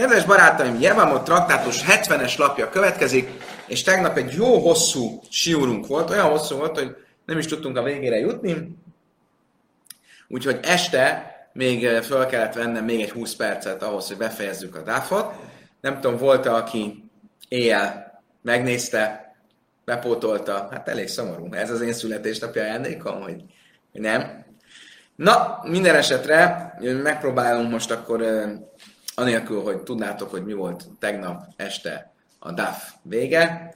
Kedves barátaim, Jevamot traktátus 70-es lapja következik, és tegnap egy jó hosszú siúrunk volt, olyan hosszú volt, hogy nem is tudtunk a végére jutni, úgyhogy este még föl kellett vennem még egy 20 percet ahhoz, hogy befejezzük a dáfot. Nem tudom, volt-e, aki éjjel megnézte, bepótolta, hát elég szomorú. Ez az én születésnapja ajándékom, hogy nem. Na, minden esetre megpróbálunk most akkor, anélkül, hogy tudnátok, hogy mi volt tegnap este a DAF vége,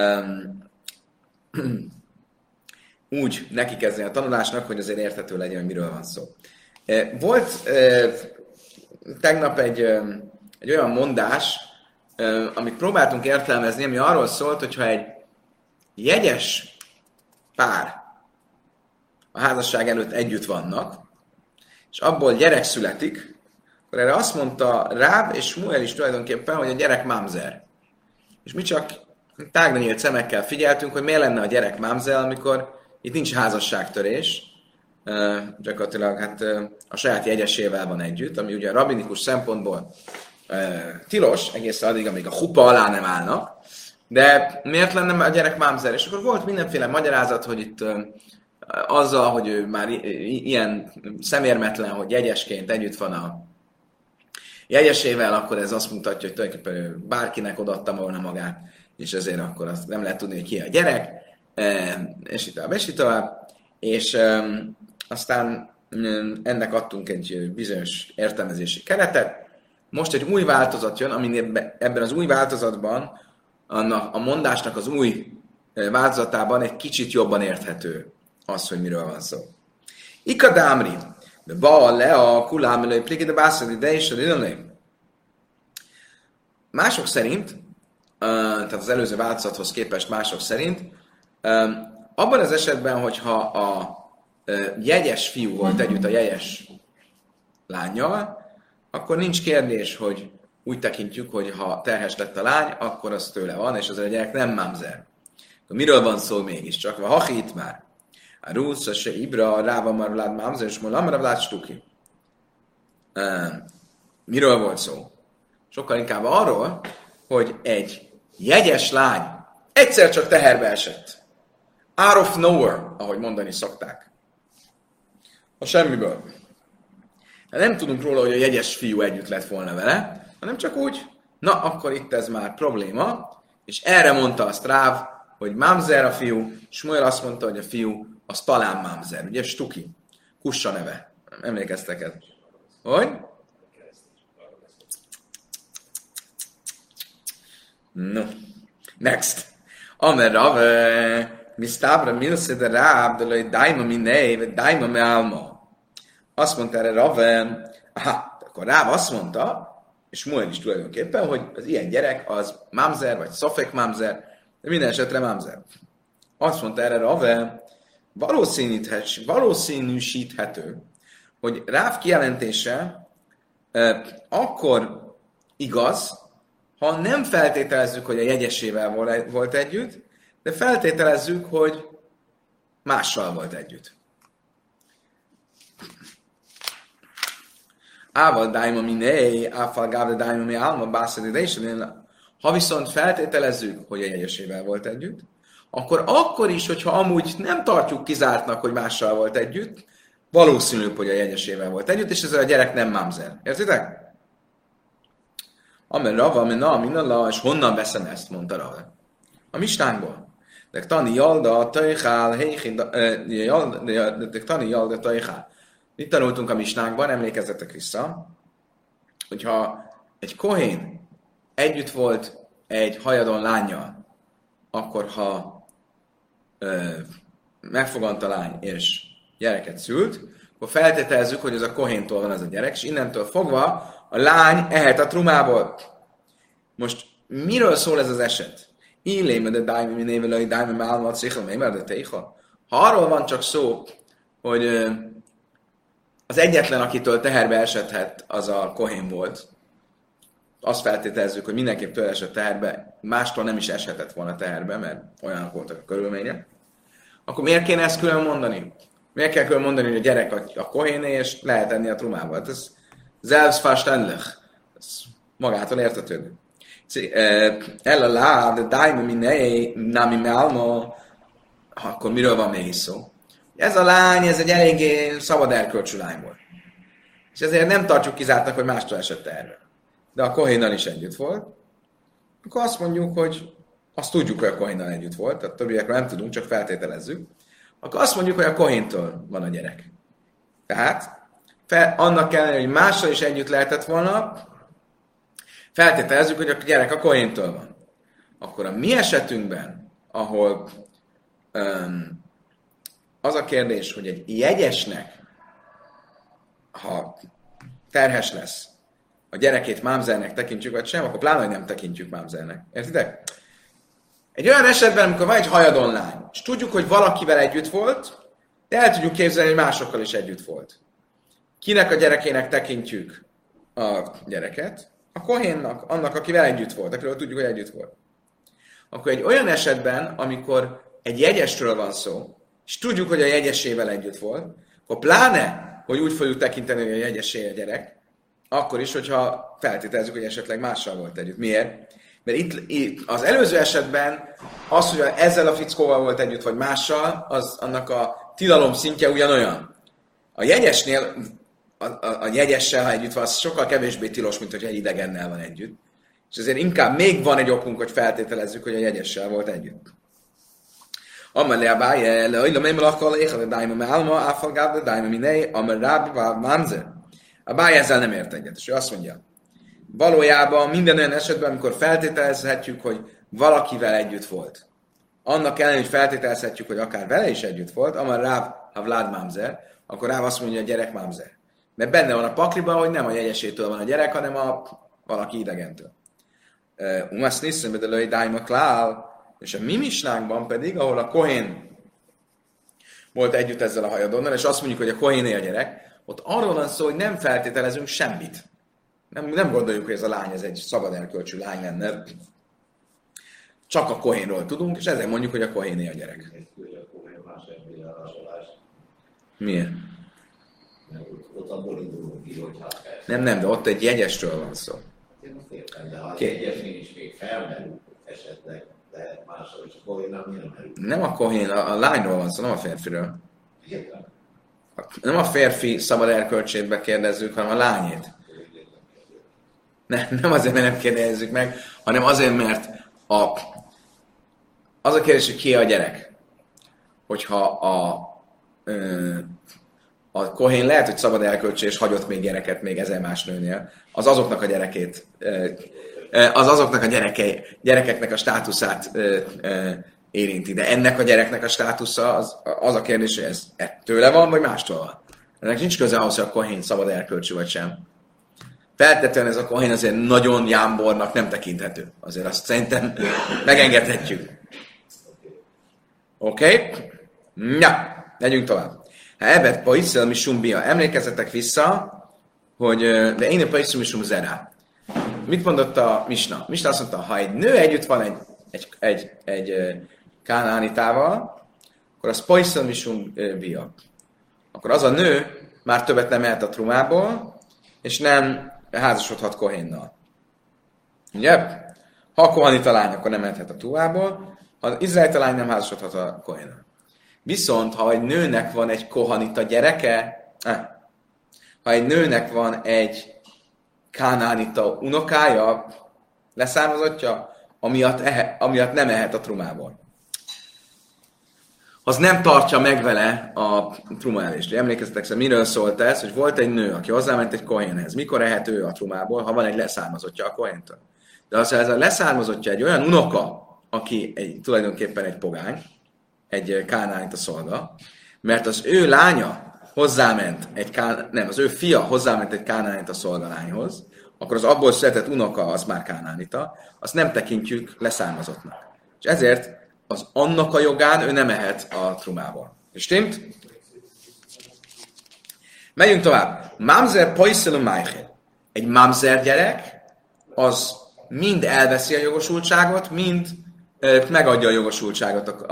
úgy neki kezdeni a tanulásnak, hogy azért érthető legyen, hogy miről van szó. Volt tegnap egy olyan mondás, amit próbáltunk értelmezni, ami arról szólt, hogyha egy jegyes pár a házasság előtt együtt vannak, és abból gyerek születik, akkor erre azt mondta Ráv és Smuel is tulajdonképpen, hogy a gyerek mámzer. És mi csak tágra nyílt szemekkel figyeltünk, hogy miért lenne a gyerek mámzer, amikor itt nincs házasságtörés, gyakorlatilag hát a saját jegyesével van együtt, ami ugye a rabinikus szempontból tilos, egészen addig, amíg a hupa alá nem állnak, de miért lenne a gyerek mámzer? És akkor volt mindenféle magyarázat, hogy itt azzal, hogy ő már ilyen szemérmetlen, hogy jegyesként együtt van a jegyesével, akkor ez azt mutatja, hogy tulajdonképpen ő bárkinek odaadta volna magát, és ezért akkor azt nem lehet tudni, hogy ki a gyerek, és így tovább. És aztán ennek adtunk egy bizonyos értelmezési keretet. Most egy új változat jön, ami ebben az új változatban, a mondásnak az új változatában egy kicsit jobban érthető az, hogy miről van szó. Ikadámri, de ba le a kulámelői pliki, de bászadi, de is a mások szerint, tehát az előző változathoz képest mások szerint, abban az esetben, hogyha a jegyes fiú volt együtt a jegyes lánnyal, akkor nincs kérdés, hogy úgy tekintjük, hogy ha terhes lett a lány, akkor az tőle van, és az a gyerek nem mamzer. Miről van szó mégiscsak? Va hachit már. A rusz, se ibra, ráva marulát mamzer, és molam marulát stuki. Miről volt szó? Sokkal inkább arról, hogy egy jegyes lány egyszer csak teherbe esett. Out of nowhere, ahogy mondani szokták. A semmiből. De nem tudunk róla, hogy a jegyes fiú együtt lett volna vele, hanem csak úgy, na, akkor itt ez már probléma, és erre mondta azt Ráv, hogy mamzer a fiú, Smuel azt mondta, hogy a fiú az talán mamzer, ugye Stuki, Kussa neve. Emlékeztek ez? Hogy? No. Next. Amer Rav, Misztábra milsze de Ráv, de lőj daima minei, vagy daima me alma. Azt mondta erre Rav, akkor Ráv azt mondta, és Smuel is tulajdonképpen, hogy az ilyen gyerek az mamzer, vagy szofek mamzer, de minden esetre mamzer. Azt mondta erre Rav, valószínűsíthető, hogy Ráv kijelentése akkor igaz, ha nem feltételezzük, hogy a jegyesével volt együtt, de feltételezzük, hogy mással volt együtt. Ával daima minei, áfal gávde daima mi álma, bászadidésen. Ha viszont feltételezzük, hogy a jegyesével volt együtt, akkor is, hogyha amúgy nem tartjuk kizártnak, hogy mással volt együtt, valószínűbb, hogy a jegyesével volt együtt, és ez a gyerek nem mamzer. Értitek? Amen Rava, amen na, minalla, és honnan veszem ezt, mondta Rava. A mistánkból. De tani jalda, tajhál, tani jalda, tajhál. Mit tanultunk a misnánkban, emlékezzetek vissza, hogyha egy kohén együtt volt egy hajadon lánnyal, akkor ha megfogant a lány és gyereket szült, akkor feltételezzük, hogy ez a kohéntól van az a gyerek, és innentől fogva a lány ehet a trumából. Most miről szól ez az eset? Illéme de dájme minévelői dájme álmat székhel mémer de téha. Ha arról van csak szó, hogy az egyetlen, akitől teherbe esethet, az a kohén volt, azt feltételezzük, hogy mindenképp tőle esett teherbe, mástól nem is eshetett volna teherbe, mert olyanok voltak a körülmények, akkor miért kéne ezt külön mondani? Miért kell külön mondani, hogy a gyerek a kohéné, és lehet enni a trumába? Hát ez selbstverständlich. magától értetődő. El a lád, dájma minei, nami mealma, akkor miről van még is szó? Ez a lány, ez egy eléggé szabad erkölcsű lány volt. És ezért nem tartjuk kizártnak, hogy mástól esett erre. De a Kohénnal is együtt volt. Akkor azt mondjuk, hogy azt tudjuk, hogy a Kohénnal együtt volt, tehát többiekről nem tudunk, csak feltételezzük. Akkor azt mondjuk, hogy a Kohéntől van a gyerek. Tehát annak ellenére, hogy mással is együtt lehetett volna, feltételezzük, hogy a gyerek a Kohéntől van. Akkor a mi esetünkben, ahol az a kérdés, hogy egy jegyesnek, ha terhes lesz, a gyerekét mámzernek tekintjük, vagy sem, akkor pláne, hogy nem tekintjük mámzernek. Értitek? Egy olyan esetben, amikor van egy hajadon lány, és tudjuk, hogy valakivel együtt volt, de el tudjuk képzelni, hogy másokkal is együtt volt. Kinek a gyerekének tekintjük a gyereket? A Kohénnak, annak, akivel együtt volt, akiről tudjuk, hogy együtt volt. Akkor egy olyan esetben, amikor egy jegyesről van szó, és tudjuk, hogy a jegyesével együtt volt, akkor pláne, hogy úgy fogjuk tekinteni, hogy a jegyesé a gyerek, akkor is, hogyha feltételezzük, hogy esetleg mással volt együtt. Miért? Mert itt az előző esetben az, hogy ezzel a fickóval volt együtt, vagy mással, annak a tilalom szintje ugyanolyan. A jegyesnél, a jegyessel, ha együtt van, az sokkal kevésbé tilos, mint hogy egy idegennel van együtt. És ezért inkább még van egy okunk, hogy feltételezzük, hogy a jegyessel volt együtt. Amelé a báje, le olyan nem lakkal, éha de dájma me alma, áfalgád, de dájma miné, amel rábi, mámzer. A báje ezzel nem ért egyet, és ő azt mondja, valójában minden olyan esetben, amikor feltételezhetjük, hogy valakivel együtt volt. Annak ellenére, hogy feltételezhetjük, hogy akár vele is együtt volt, amel ráb, ha vlád mámzer, akkor ráb azt mondja, hogy a gyerek mámzer. Mert benne van a pakliban, hogy nem a jegyesétől van a gyerek, hanem valaki idegentől. Umasz niszem, de löj dájma klál, és a mi misnánkban pedig, ahol a Kohén volt együtt ezzel a hajadonnal, és azt mondjuk, hogy a Kohéné a gyerek, ott arról van szó, hogy nem feltételezünk semmit. Nem gondoljuk, hogy ez a lány, ez egy szabad erkölcsű lány lenne. Csak a Kohénról tudunk, és ezért mondjuk, hogy a Kohéné a gyerek. Miért? Nem, de ott egy jegyesről van szó. De ha egyesnél is még felmerül esetleg, de máshol is a Kohénnal mi nem merül? Nem a Kohén, a lányról van szó, nem a férfiről. Értem. Nem a férfi szabad erkölcsét bekérdezzük, hanem a lányét. Nem azért, mert nem kérdezzük meg, hanem azért, mert az a kérdés, hogy ki a gyerek. Hogyha a Kohén lehet, hogy szabad erkölcsé, és hagyott még gyereket még 1000 más nőnél, az azoknak a gyerekét, az azoknak a gyerekeknek a státuszát érinti. De ennek a gyereknek a státusza az a kérdés, hogy ez tőle van, vagy mástól van. Ennek nincs köze ahhoz, hogy a Kohén szabad erkölcsű, vagy sem. Feltetően ez a Kohén azért nagyon jámbornak nem tekinthető. Azért azt szerintem megengedhetjük. Oké? Ja, megyünk tovább. Ha ebet paiszel mi sumbia. Emlékezzetek vissza, hogy de én a paiszel mi sum zerá. Mit mondott a Misna? Misna azt mondta, ha egy nő együtt van egy kánánitával, akkor az paiszel mi sumbia. Akkor az a nő már többet nem mehet a trumából, és nem házasodhat Kohénnal. Ugye? Ha a kohanita lány, akkor nem mehethet a trumából, ha az izraelita lány nem házasodhat a Kohénnal. Viszont, ha egy nőnek van egy kohanita gyereke, ha egy nőnek van egy kánánita unokája, leszármazottja, amiatt nem ehet a trumából. Az nem tartja meg vele a trumaelést. Emlékezzetek, szóval miről szólt ez, hogy volt egy nő, aki hozzáment egy kohénhez. Mikor ehet ő a trumából, ha van egy leszármazottja a kohéntől? De ha ez a leszármazottja egy olyan unoka, aki tulajdonképpen egy pogány, egy kánánita szolga, mert az ő lánya hozzáment az ő fia hozzáment egy kánánita szolgalányhoz, akkor az abból született unoka az már kánánita, azt nem tekintjük leszármazottnak. És ezért az annak a jogán ő nem ehet a trumából. És stimmt? Megyünk tovább. Mamzer poiszelum májhél. Egy mamzer gyerek, az mind elveszi a jogosultságot, mind megadja a jogosultságot,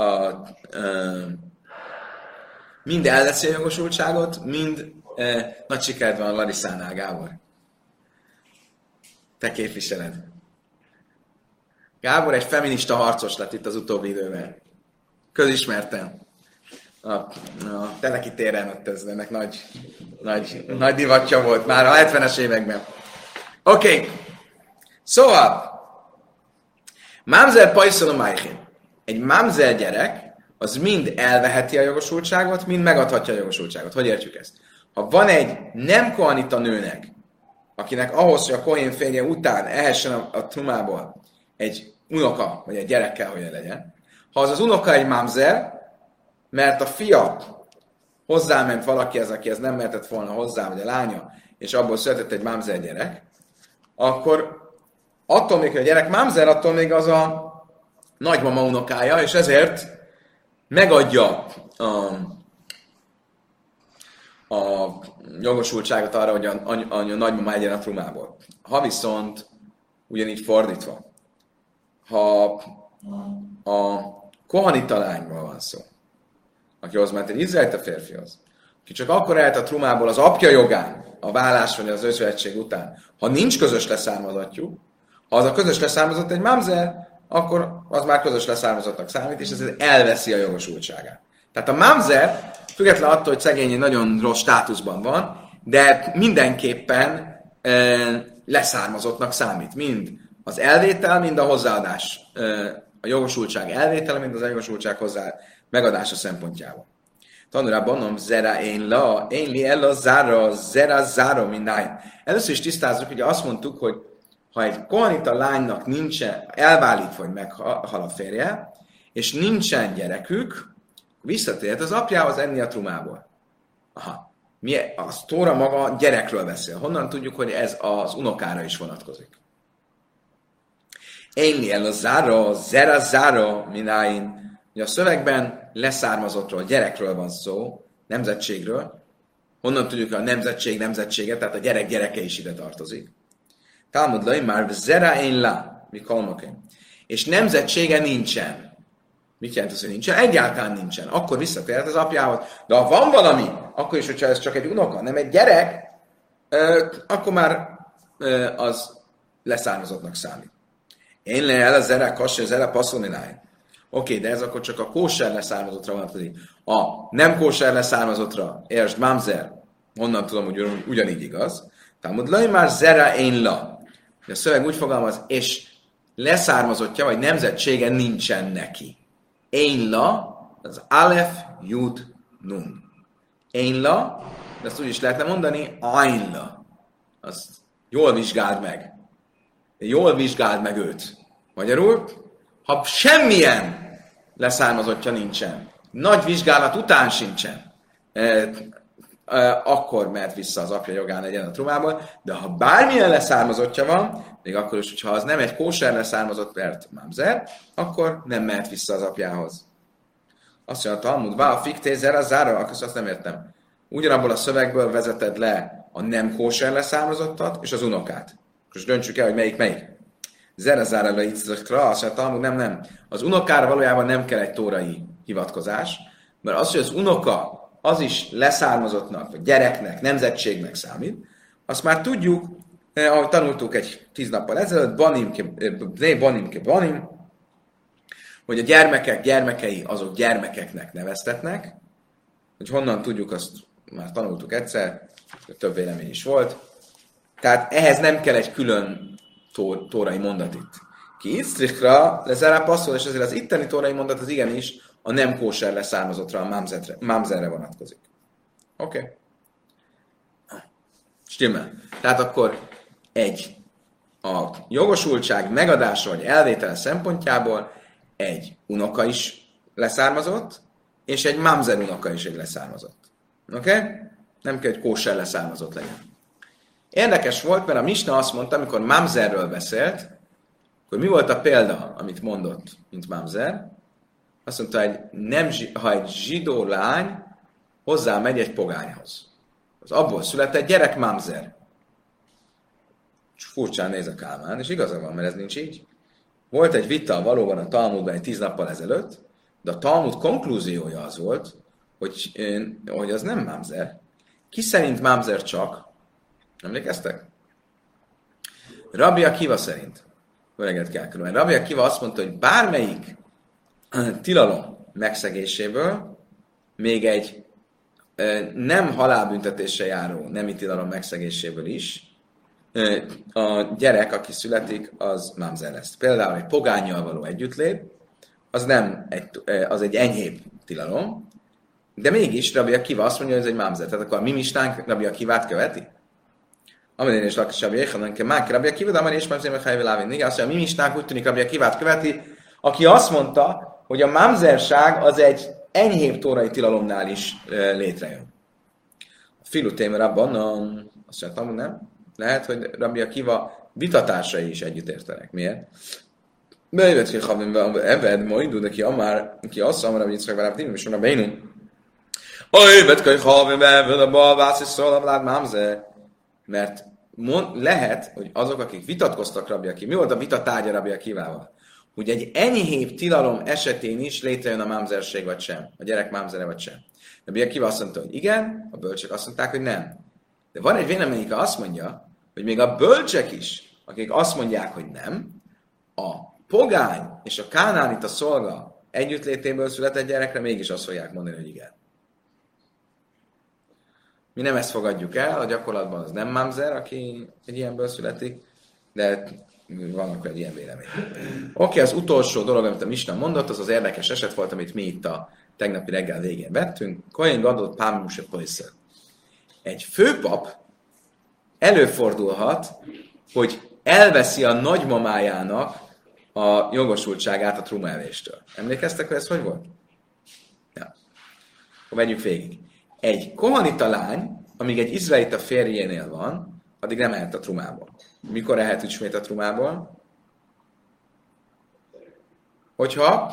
mind elveszi a jogosultságot, mind nagy sikert van Larissánál, Gábor. Te képviseled. Gábor egy feminista harcos lett itt az utóbbi időben. Közismerten. A Teleki téren ott ez ennek nagy divatja volt már a 70-es években. Oké. Szóval, Mamzer pajszolom májhén. Egy mamzer gyerek, az mind elveheti a jogosultságot, mind megadhatja a jogosultságot. Hogy értjük ezt? Ha van egy nem kohanita nőnek, akinek ahhoz, hogy a kohén férje után ehessen a trumából egy unoka, vagy egy gyerekkel, hogy legyen, ha az unoka egy mamzer, mert a fia hozzáment valakihez, akihez nem mehetett volna hozzá, vagy a lánya, és abból született egy mamzer gyerek, akkor attól még, hogy a gyerek mamzer, attól még az a nagymama unokája, és ezért megadja a jogosultságot arra, hogy a nagymama egyen a trumából. Ha viszont ugyanígy fordítva, ha a kohanita lányról van szó, akihoz ment egy izraelita férfihoz, aki csak akkor ehet a trumából az apja jogán, a vállás vagy az özvegység után, ha nincs közös leszármazatjuk, ha az a közös leszármazott egy mamzer, akkor az már közös leszármazottnak számít, és ezért elveszi a jogosultságát. Tehát a mamzer, függetlenül attól, hogy szegény nagyon rossz státuszban van, de mindenképpen leszármazottnak számít. Mind az elvétel, mind a hozzáadás, a jogosultság elvétele, mind az jogosultság hozzá megadása szempontjából. Tanulában mondom, zera én li ella zára, zera zára mindájn. Először is tisztázzuk, hogy azt mondtuk, hogy ha egy kohanita lánynak nincsen, elválik, vagy meghal a férje, és nincsen gyerekük, visszatérhet az apjához enni a trumából. Aha. A Tóra maga gyerekről beszél. Honnan tudjuk, hogy ez az unokára is vonatkozik? Én el a zára, zera zára, mináin. A szövegben leszármazottról, gyerekről van szó, nemzetségről. Honnan tudjuk, hogy a nemzetség nemzetsége, tehát a gyerek gyereke is ide tartozik. Talmud lai már zera én la, mi kalmaké. És nemzetsége nincsen. Mit jelent az, hogy nincsen? Egyáltalán nincsen. Akkor visszatérhet az apjához. De ha van valami, akkor is, hogyha ez csak egy unoka, nem egy gyerek, akkor már az leszármazottnak számít. Én le el a zera kasser, zera passzonináj. Oké, de ez akkor csak a kóser leszármazottra vonatkozik. A nem kóser leszármazottra, értsd, mamzer, honnan tudom, hogy ugyanígy igaz. Talmud lai már zera én la. A szöveg úgy fogalmaz, és leszármazottja, vagy nemzetsége nincsen neki. Én la, az alef, jud, nun. Én la, de ezt úgy is lehetne mondani, ain la. Azt jól vizsgáld meg. Jól vizsgáld meg őt. Magyarul, ha semmilyen leszármazottja nincsen, nagy vizsgálat után sincsen, akkor mehet vissza az apja jogán egyen a trumából, de ha bármilyen leszármazottja van, még akkor is, hogyha az nem egy kóser leszármazott, mert mamzer, akkor nem mehet vissza az apjához. Azt mondja, a Talmud, a fiktézer, a zára, akkor azt nem értem. Ugyanabból a szövegből vezeted le a nem kóser leszármazottat és az unokát. Most döntsük el, hogy melyik. Zera zára le itzakra, azt mondja, Talmud, nem. Az unokára valójában nem kell egy tórai hivatkozás, mert az, hogy az unoka az is leszármazottnak, vagy gyereknek, nemzetségnek számít, azt már tudjuk, ahogy tanultuk egy 10 nappal ezelőtt, banim, hogy a gyermekek gyermekei azok gyermekeknek neveztetnek, hogy honnan tudjuk, azt már tanultuk egyszer, több vélemény is volt. Tehát ehhez nem kell egy külön tórai mondat itt. Ki isztrikra lezárá passzol, és ezért az itteni tórai mondat az igenis a nem kóser leszármazottra, a mamzerre vonatkozik. Oké. Stimmel. Tehát akkor a jogosultság megadása vagy elvétele szempontjából egy unoka is leszármazott, és egy mamzer unoka is egy leszármazott. Oké? Nem kell, hogy kóser leszármazott legyen. Érdekes volt, mert a Misna azt mondta, amikor mamzerről beszélt, hogy mi volt a példa, amit mondott, mint mamzer. Azt mondta, hogy ha egy zsidó lány hozzámegy egy pogányhoz. Az abból született gyerek mamzer. Furcsán néz a Kálmán, és igaza van, mert ez nincs így. Volt egy vita valóban a Talmudban egy 10 nappal ezelőtt, de a Talmud konklúziója az volt, hogy az nem mamzer. Ki szerint mamzer csak? Emlékeztek? Rabbi Akiva szerint, öreget kell körülbelül. Rabbi Akiva azt mondta, hogy bármelyik tilalom megszegéséből még egy nem halálbüntetéssel járó nemi tilalom megszegéséből is a gyerek, aki születik, az mamzer lesz. Például egy pogánnyal való együttlét, az egy enyhébb tilalom, de mégis Rabbi Akiva azt mondja, hogy ez egy mamzer. Tehát akkor a mi mistánk Rabbi Akivát követi? Amelyen és lakos Rabbi Yechanan, mák Rabbi Akiva, de amelyen és mamzer meg helyvelávén. Igen, azt mondja, a mi mistánk úgy tűnik Rabbi Akivát követi, aki azt mondta, hogy a mamzerság az egy enyhébb tórai tilalomnál is létrejön. A filutémer abban, azt mondtam, hogy nem. Lehet, hogy Rabbi Akiva vitatársai is együtt értenek. Miért? Bejövet ki havim eved, majd ki amár, ki azt amár, hogy Yitzchak Baráb Timim, és van a Beinum. Bejövet ki havim eved, a balvász és szól, a mamzer. Mert lehet, hogy azok, akik vitatkoztak Rabbi Akiva, mi volt a vita tárgya Rabbi Akivával? Hogy egy enyhébb tilalom esetén is létrejön a mámzerség vagy sem, a gyerek mámzere vagy sem. Rabbi Akiva azt mondta, hogy igen, a bölcsek azt mondták, hogy nem. De van egy vélemény, aki azt mondja, hogy még a bölcsek is, akik azt mondják, hogy nem, a pogány és a kánánita szolga együttlétéből született gyerekre mégis azt fogják mondani, hogy igen. Mi nem ezt fogadjuk el, a gyakorlatban az nem mamzer, aki egy ilyenből születik, de vannak egy ilyen vélemény. Oké, az utolsó dolog, amit a Misna mondott, az az érdekes eset volt, amit mi itt a tegnapi reggel végén vettünk. Kohen gadol pámuse poiszer. Egy főpap előfordulhat, hogy elveszi a nagymamájának a jogosultságát a trumaevéstől. Emlékeztek, hogy ez hogy volt? Ja. Akkor vegyük végig. Egy kohanita lány, amíg egy izraelita férjénél van, addig nem ehet a trumából. Mikor ehet ismét a trumából? Hogyha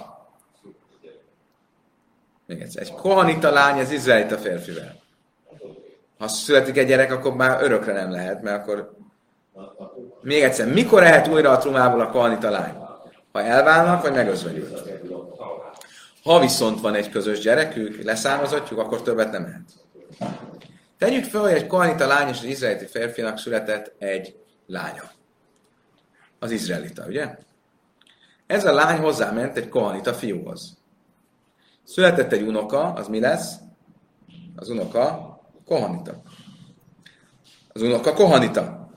még egyszer, egy kohanita lány az izraelita férfivel. Ha születik egy gyerek, akkor már örökre nem lehet, mert akkor még egyszer, mikor ehet újra a trumából a kohanita lány? Ha elválnak, vagy megözvegyült. Ha viszont van egy közös gyerekük, leszármazottjuk, akkor többet nem ehet. Tegyük fel, hogy egy kohanita lány és az izraelita férfinak született egy lánya. Az izraelita, ugye? Ez a lány hozzáment egy kohanita fiúhoz. Született egy unoka, az mi lesz? Az unoka kohanita. Az unoka kohanita.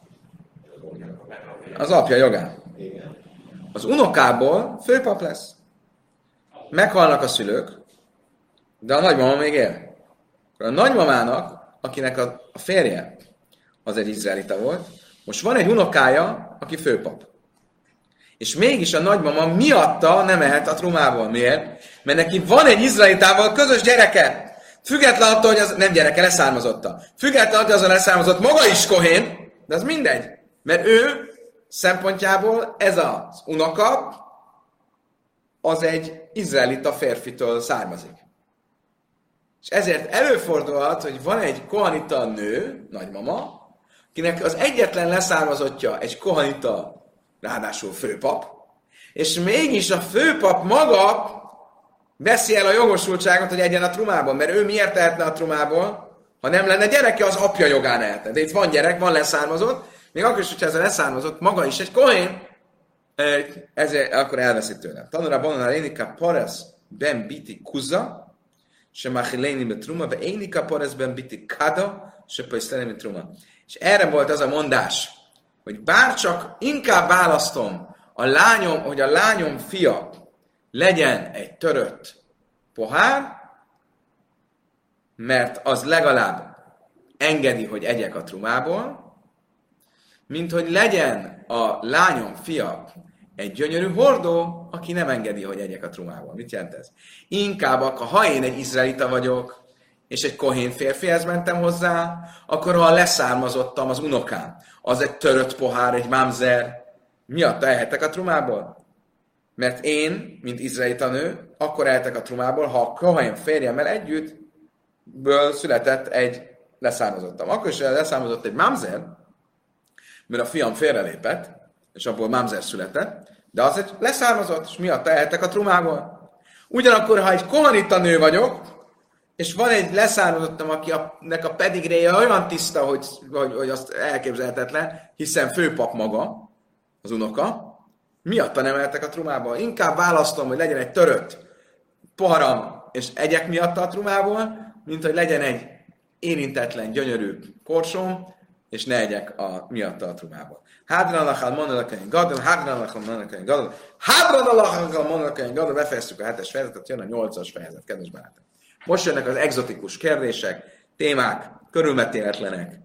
Az apja jogán. Az unokából főpap lesz. Meghalnak a szülők, de a nagymama még él. A nagymamának, akinek a férje az egy izraelita volt, most van egy unokája, aki főpap. És mégis a nagymama miatta nem ehet a trumából. Miért? Mert neki van egy izraelitával közös gyereke. Független attól, hogy az nem gyereke, leszármazotta. Független attól, hogy az a leszármazott maga is kohén, de az mindegy. Mert ő szempontjából ez az unoka, az egy izraelita férfitől származik. És ezért előfordulhat, hogy van egy kohanita nő, nagymama, akinek az egyetlen leszármazottja egy kohanita, ráadásul főpap, és mégis a főpap maga veszi el a jogosultságot, hogy egyen a trumában, mert ő miért tehetne a trumából, ha nem lenne gyereke, az apja jogán ehetne. De itt van gyerek, van leszármazott, még akkor is, hogyha ez a leszármazott maga is egy kohén, ezért akkor elveszik tőlem. Tanulra bonnan a énika paresz ben biti kuza, se machiléni be truma, be énika paresz ben biti kada, se pajszleni be truma. És erre volt az a mondás, hogy bárcsak inkább választom hogy a lányom fia legyen egy törött pohár, mert az legalább engedi, hogy egyek a trumából, mint hogy legyen a lányom fia egy gyönyörű hordó, aki nem engedi, hogy egyek a trumából. Mit jelent ez? Inkább, ha én egy izraelita vagyok, és egy kohén férfihez mentem hozzá, akkor ha leszármazottam az unokám, az egy törött pohár, egy mamzer, miatt ehetek a trumából? Mert én, mint izraelita nő, akkor ehetek a trumából, ha a kohén férjemmel együttből született egy leszármazottam. Akkor is leszármazott egy mamzer, mert a fiam félrelépett, és abból mamzer született, de az egy leszármazott, és miatt ehetek a trumából. Ugyanakkor, ha egy kohanita nő vagyok, és van egy leszármazottam, akinek a pedigréje olyan tiszta, hogy azt elképzelhetetlen, hiszen főpap maga, az unoka, miatta nem ehetek a trumából. Inkább választom, hogy legyen egy törött poharam, és egyek miatta a trumából, mint hogy legyen egy érintetlen, gyönyörű korsom, és ne egyek miatta a trumából. Hádranachal mondanakain gadol, hádranachal mondanakain gadol, hádranachal mondanakain gadol, befejeztük a 7-es fejezetet, jön a 8-as fejezet, kedves barátok. Most jönnek az egzotikus kérdések, témák, körülmetéletlenek,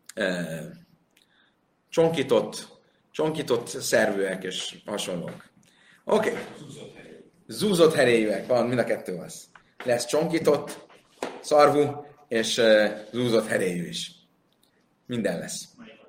csonkított szervűek és hasonlók. Oké. Zúzott heréjűek, van, mind a kettő az. Lesz csonkított, szarvú, és zúzott heréjű is. Minden lesz.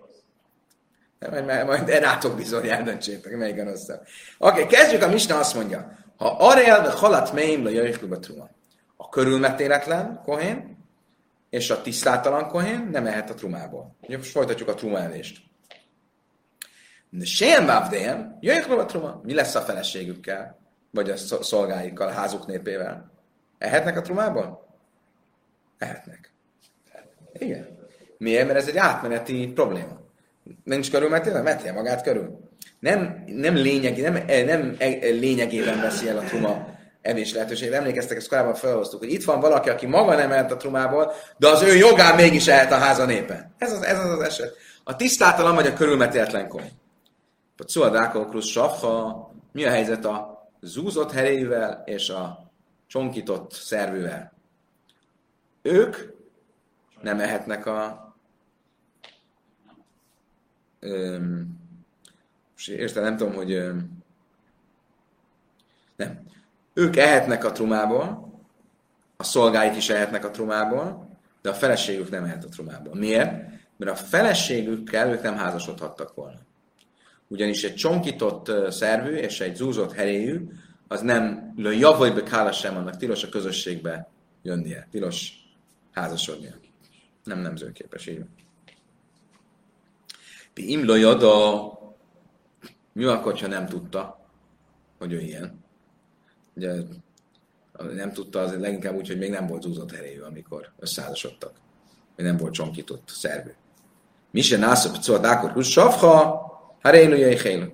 Majd rátok bizony eldöntsétek, melyik a rosszabb. Oké, kezdjük, a Misna azt mondja, ha arel de halat meim le jöjjük truma. A körülmetéletlen kohén és a tisztátalan kohén nem ehet a trumából. Most folytatjuk a trumaelést. De sem bávdén, jöjjük a truma. Mi lesz a feleségükkel, vagy a szolgáikkal, a házuk népével? Ehetnek a trumából? Ehetnek. Igen. Miért? Mert ez egy átmeneti probléma. Nincs körülmetélve? Metélje magát körül. Nem lényegében veszi el a truma evés lehetőséget. Emlékeztek, ezt korábban felhoztuk, hogy itt van valaki, aki maga nem ehet a trumából, de az ő jogán mégis ehet a háza népe. Ez az eset. A tisztátalan vagy a körülmetéletlen koly. A cuadákokrusz safha, mi a helyzet a zúzott heréjűvel és a csonkított szervűvel? Ők nem ehetnek értem, nem tudom, hogy nem. Ők ehetnek a trumából, a szolgáik is ehetnek a trumából, de a feleségük nem ehet a trumából. Miért? Mert a feleségükkel ők nem házasodhattak volna. Ugyanis egy csonkított szervű és egy zúzott heréjű, az nem javajbe kála sem, annak tilos a közösségbe jönnie, tilos házasodnia. Nem nemzőképes, így van. Imlo jada, mi akkor, ha nem tudta, hogy ő ilyen? Ugye nem tudta, az leginkább úgy, hogy még nem volt zúzott heréjű, amikor összeházasodtak. Még nem volt csonkított szervű. Mi se nászok, szóval dákor hús savha, heréjű jöjjél.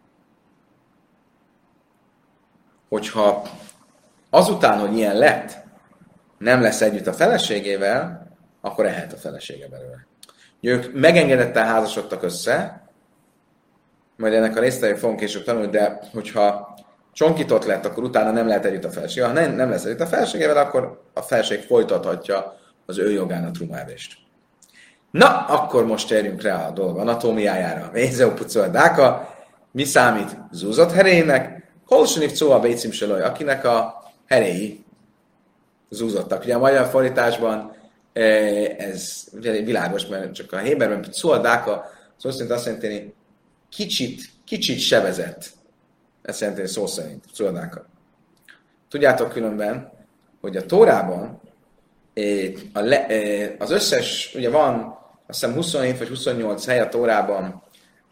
Hogyha azután, hogy ilyen lett, nem lesz együtt a feleségével, akkor ehet a felesége belőle. Ők megengedetten házasodtak össze, majd ennek a részleteit fogunk később tanulni, de hogyha csonkított lett, akkor utána nem lehet együtt a felesége. Ha nem lesz együtt a feleségével, akkor a feleség folytathatja az ő jogán a trumaevést. Na, akkor most térjünk rá a dolog anatómiájára. Vézeupucó a dáka, mi számít zúzott heréjének? Kolsonif cóa bécim seloj, akinek a heréi zúzottak. Ugye a magyar fordításban ez ugye világos, mert csak a héberben cuadáka, szó szerint azt jelenti, kicsit sebezett. Ezt jelenti szó szerint, cuadáka. Tudjátok különben, hogy a Tórában az összes, ugye van azt hiszem 27 vagy 28 hely a Tórában,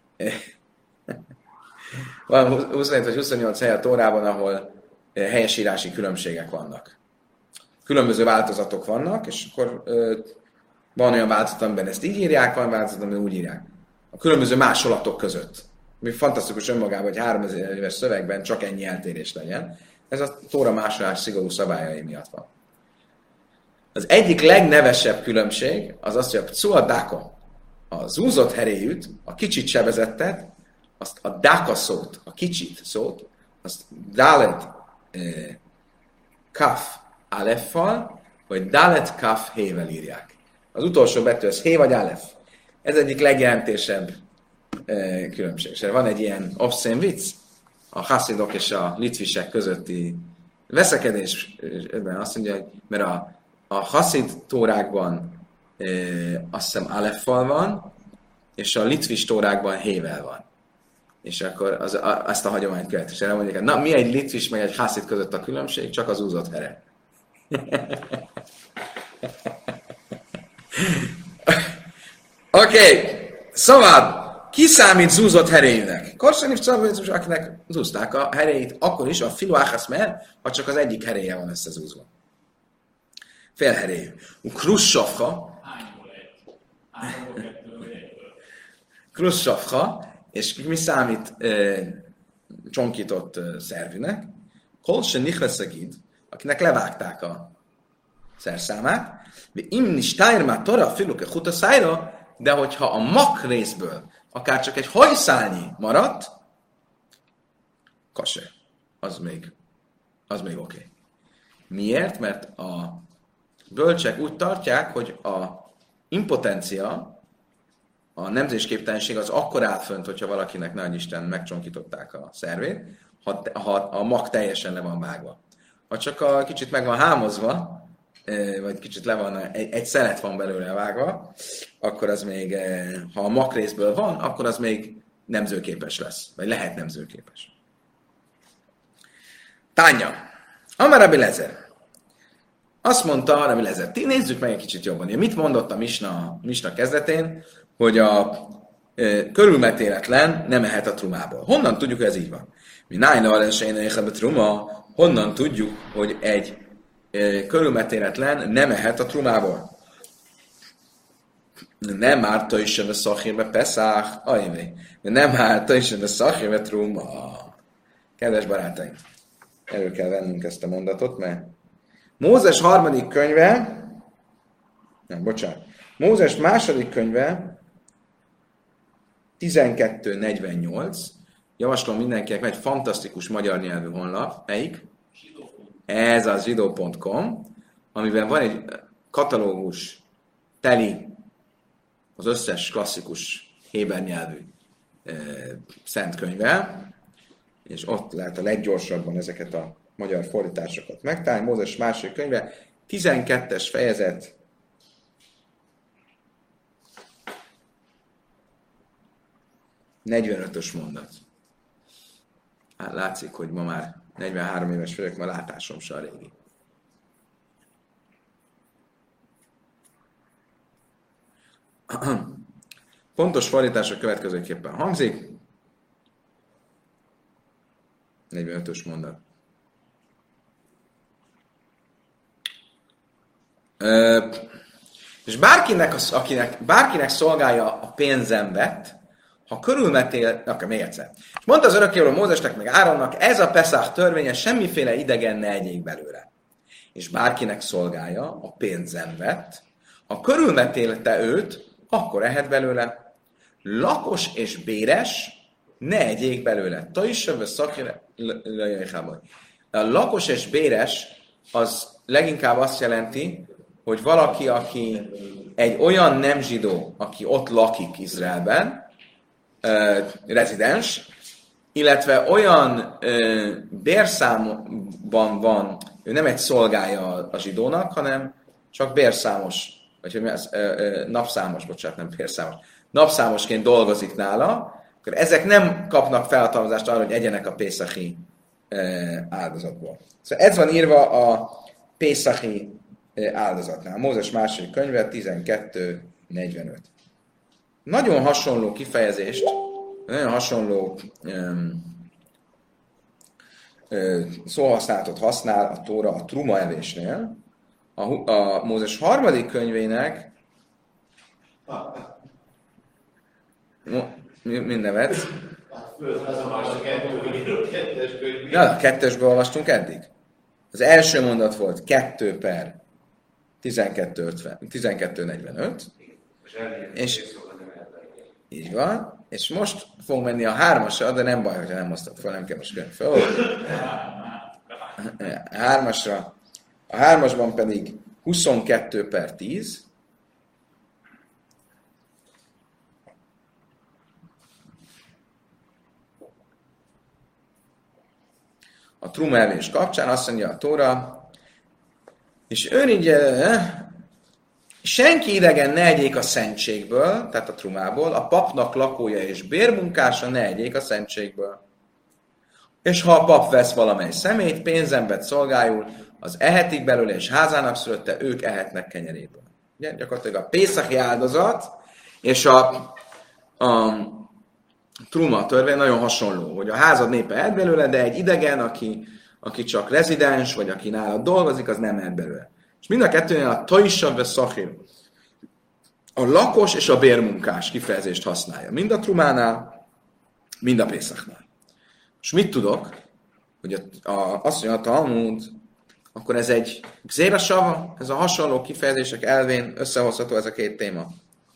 van 27 vagy 28 hely a Tórában, ahol helyesírási különbségek vannak. Különböző változatok vannak, és akkor van olyan változat, amiben ezt így írják, van változat, amiben úgy írják. A különböző másolatok között. Mi fantasztikus önmagában, hogy 3000 éves szövegben csak ennyi eltérés legyen. Ez a Tóra másolás szigorú szabályai miatt van. Az egyik legnevesebb különbség az az, hogy a pcua dáka, a zúzott heréjűt, a kicsit sebezettet, azt a dáka szót, a kicsit szót, azt dalet kaf aleffal, vagy dalet kaf hével írják. Az utolsó betű az hé vagy alef. Ez egyik legjelentősebb különbség. És van egy ilyen obszén vicc, a haszidok és a litvisek közötti veszekedésben azt mondja, hogy mert a haszid tórákban azt hiszem aleffal van, és a litvis tórákban hével van. És akkor azt a hagyományt követ. És elmondják, na mi egy litvis meg egy haszid között a különbség? Csak az úzott here. Oké, szóval ki számít zúzott heréjűnek? Korsanif Csavaricus, akinek zúzták a heréjét, akkor is a filuáhász mer, ha csak az egyik heréje van összezúzva. Fél heréjű. Krussafha. Krussafha. És mi számít csonkított szervűnek? Kolse Nichlaszagid, akinek levágták a szerszámát, imni stájrmá tora filuke hutaszájra, de hogyha a mak részből akár csak egy hajszálnyi maradt, kase. Az még oké. Miért? Mert a bölcsek úgy tartják, hogy a impotencia, a nemzésképtelenség az akkor áll fönt, hogyha valakinek nagy Isten megcsonkították a szervét, ha a mag teljesen le van vágva. Ha csak kicsit meg van hámozva, vagy kicsit le van, egy szelet van belőle vágva, akkor az még, ha a mag részből van, akkor az még nemzőképes lesz, vagy lehet nemzőképes. Tánya. Amar Rabbi Lezer. Azt mondta Rabbi Lezer, nézzük meg egy kicsit jobban. Mit mondott a misna kezdetén, hogy a körülmetéletlen nem ehet a trumából. Honnan tudjuk, hogy ez így van? Mi nájna a truma, honnan tudjuk, hogy egy körülmetéletlen nem ehet a trumából? Nem árta is sem a szachírbe Peszach, nem árta is sem a szachírbe truma. Kedves barátaim, elő kell vennünk ezt a mondatot, mert Mózes harmadik könyve, Mózes második könyve, 1248, javaslom mindenkinek, egy fantasztikus magyar nyelvű honlap, melyik? Ez az zsidó.com, amiben van egy katalógus teli az összes klasszikus héber nyelvű szentkönyvvel, és ott lehet a leggyorsabban ezeket a magyar fordításokat megtalálni. Mózes második könyve, 12-es fejezet, ...45-ös mondat. Hát látszik, hogy ma már 43 éves vagyok, ma látásom se a régi. Pontos fordítás a következőképpen hangzik. 45-ös mondat. És bárkinek szolgálja a pénzem vett, ha körülmetél, még egyszer. És mondta az örökkévaló Mózesnek meg Áronnak, ez a Peszach törvénye, semmiféle idegen ne egyék belőle. És bárkinek szolgálja a pénzem vett, ha körülmetélte őt, akkor ehet belőle. Lakos és béres ne egyék belőle. A lakos és béres az leginkább azt jelenti, hogy valaki, aki egy olyan nem zsidó, aki ott lakik Izraelben, rezidens, illetve olyan bérszámban van, ő nem egy szolgája a zsidónak, hanem csak bérszámos, vagy napszámos, bocsánat, nem bérszámos, napszámosként dolgozik nála, akkor ezek nem kapnak felhatalmazást arra, hogy egyenek a pészachi áldozatból. Szóval ez van írva a pészachi áldozatnál. Mózes második könyve, 12:45. Nagyon hasonló kifejezést, nagyon hasonló szóhasználatot használ a Tóra a truma evésnél. A Mózes harmadik könyvének mind nevetsz? Ja, a kettősből olvastunk eddig. Az első mondat volt 2/12:45, és így van, és most fogunk menni a 3-asra, de nem baj, hogyha nem hoztad fel, nem kell most könyv fel. A 3-asra. A 3-asban pedig 22/10. A truma evés kapcsán azt mondja a Tóra, és senki idegen ne egyék a szentségből, tehát a trumából, a papnak lakója és bérmunkása ne egyék a szentségből. És ha a pap vesz valamely szemét, pénzembet szolgájul, az ehetik belőle, és házának szülötte, ők ehetnek kenyeréből. Ugye? Gyakorlatilag a pészachi áldozat és a truma törvény nagyon hasonló, hogy a házad népe ehet belőle, de egy idegen, aki csak rezidens, vagy aki nálad dolgozik, az nem ehet belőle. És mind a kettőnél a toissav ve szachir, a lakos és a bérmunkás kifejezést használja. Mind a trumánál, mind a Pészaknál. És mit tudok? Hogy azt mondja a Talmud, akkor ez egy Gzéra-sava, ez a hasonló kifejezések elvén összehozható ez a két téma.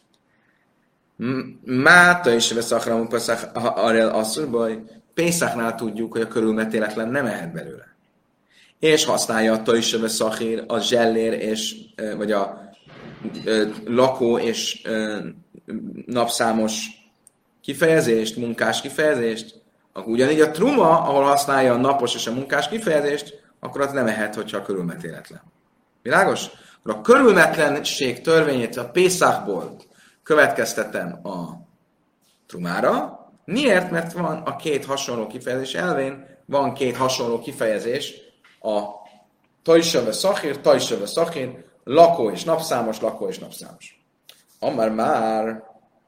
Máta is veszakramú Pészak arrél asszúrbaj, Pészaknál tudjuk, hogy a körülmetéletlen nem ehet belőle. És használja a Taiseve Szachír, a zsellér, és, vagy a lakó és napszámos kifejezést, munkás kifejezést, akkor ugyanígy a truma, ahol használja a napos és a munkás kifejezést, akkor az nem ehet, hogyha a körülmetéletlen. Világos? Akkor a körülmetlenség törvényét a Pészakból következtetem a trumára. Miért? Mert van a két hasonló kifejezés elvén, van két hasonló kifejezés, a Taiseve Szachír, lakó és napszámos, lakó és napszámos. Már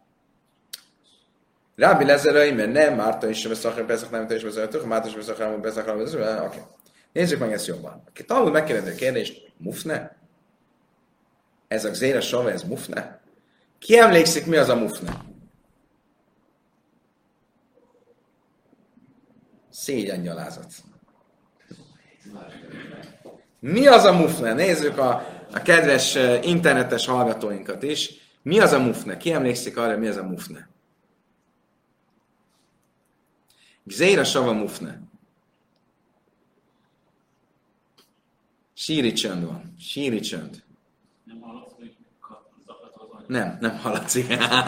Rábi Lezerei, mert nem már Taiseve Szachír, Pészak nem Taiseve Szachír, már Taiseve Szachír, Pészak nem Taiseve. Oké. Nézzük meg ezt jobban. Talmud megkérdezi a kérdést, mufne? Ez a Gzéra Sava, ez mufne? Ki emlékszik, mi az a mufne? Szégyengyalázat. Mi az a mufne? Nézzük a kedves internetes hallgatóinkat is. Mi az a mufne? Ki emlékszik arra, mi az a mufne? Gzéra Sava mufne. Síri csönd van. Síri csönd. Nem hallatszik.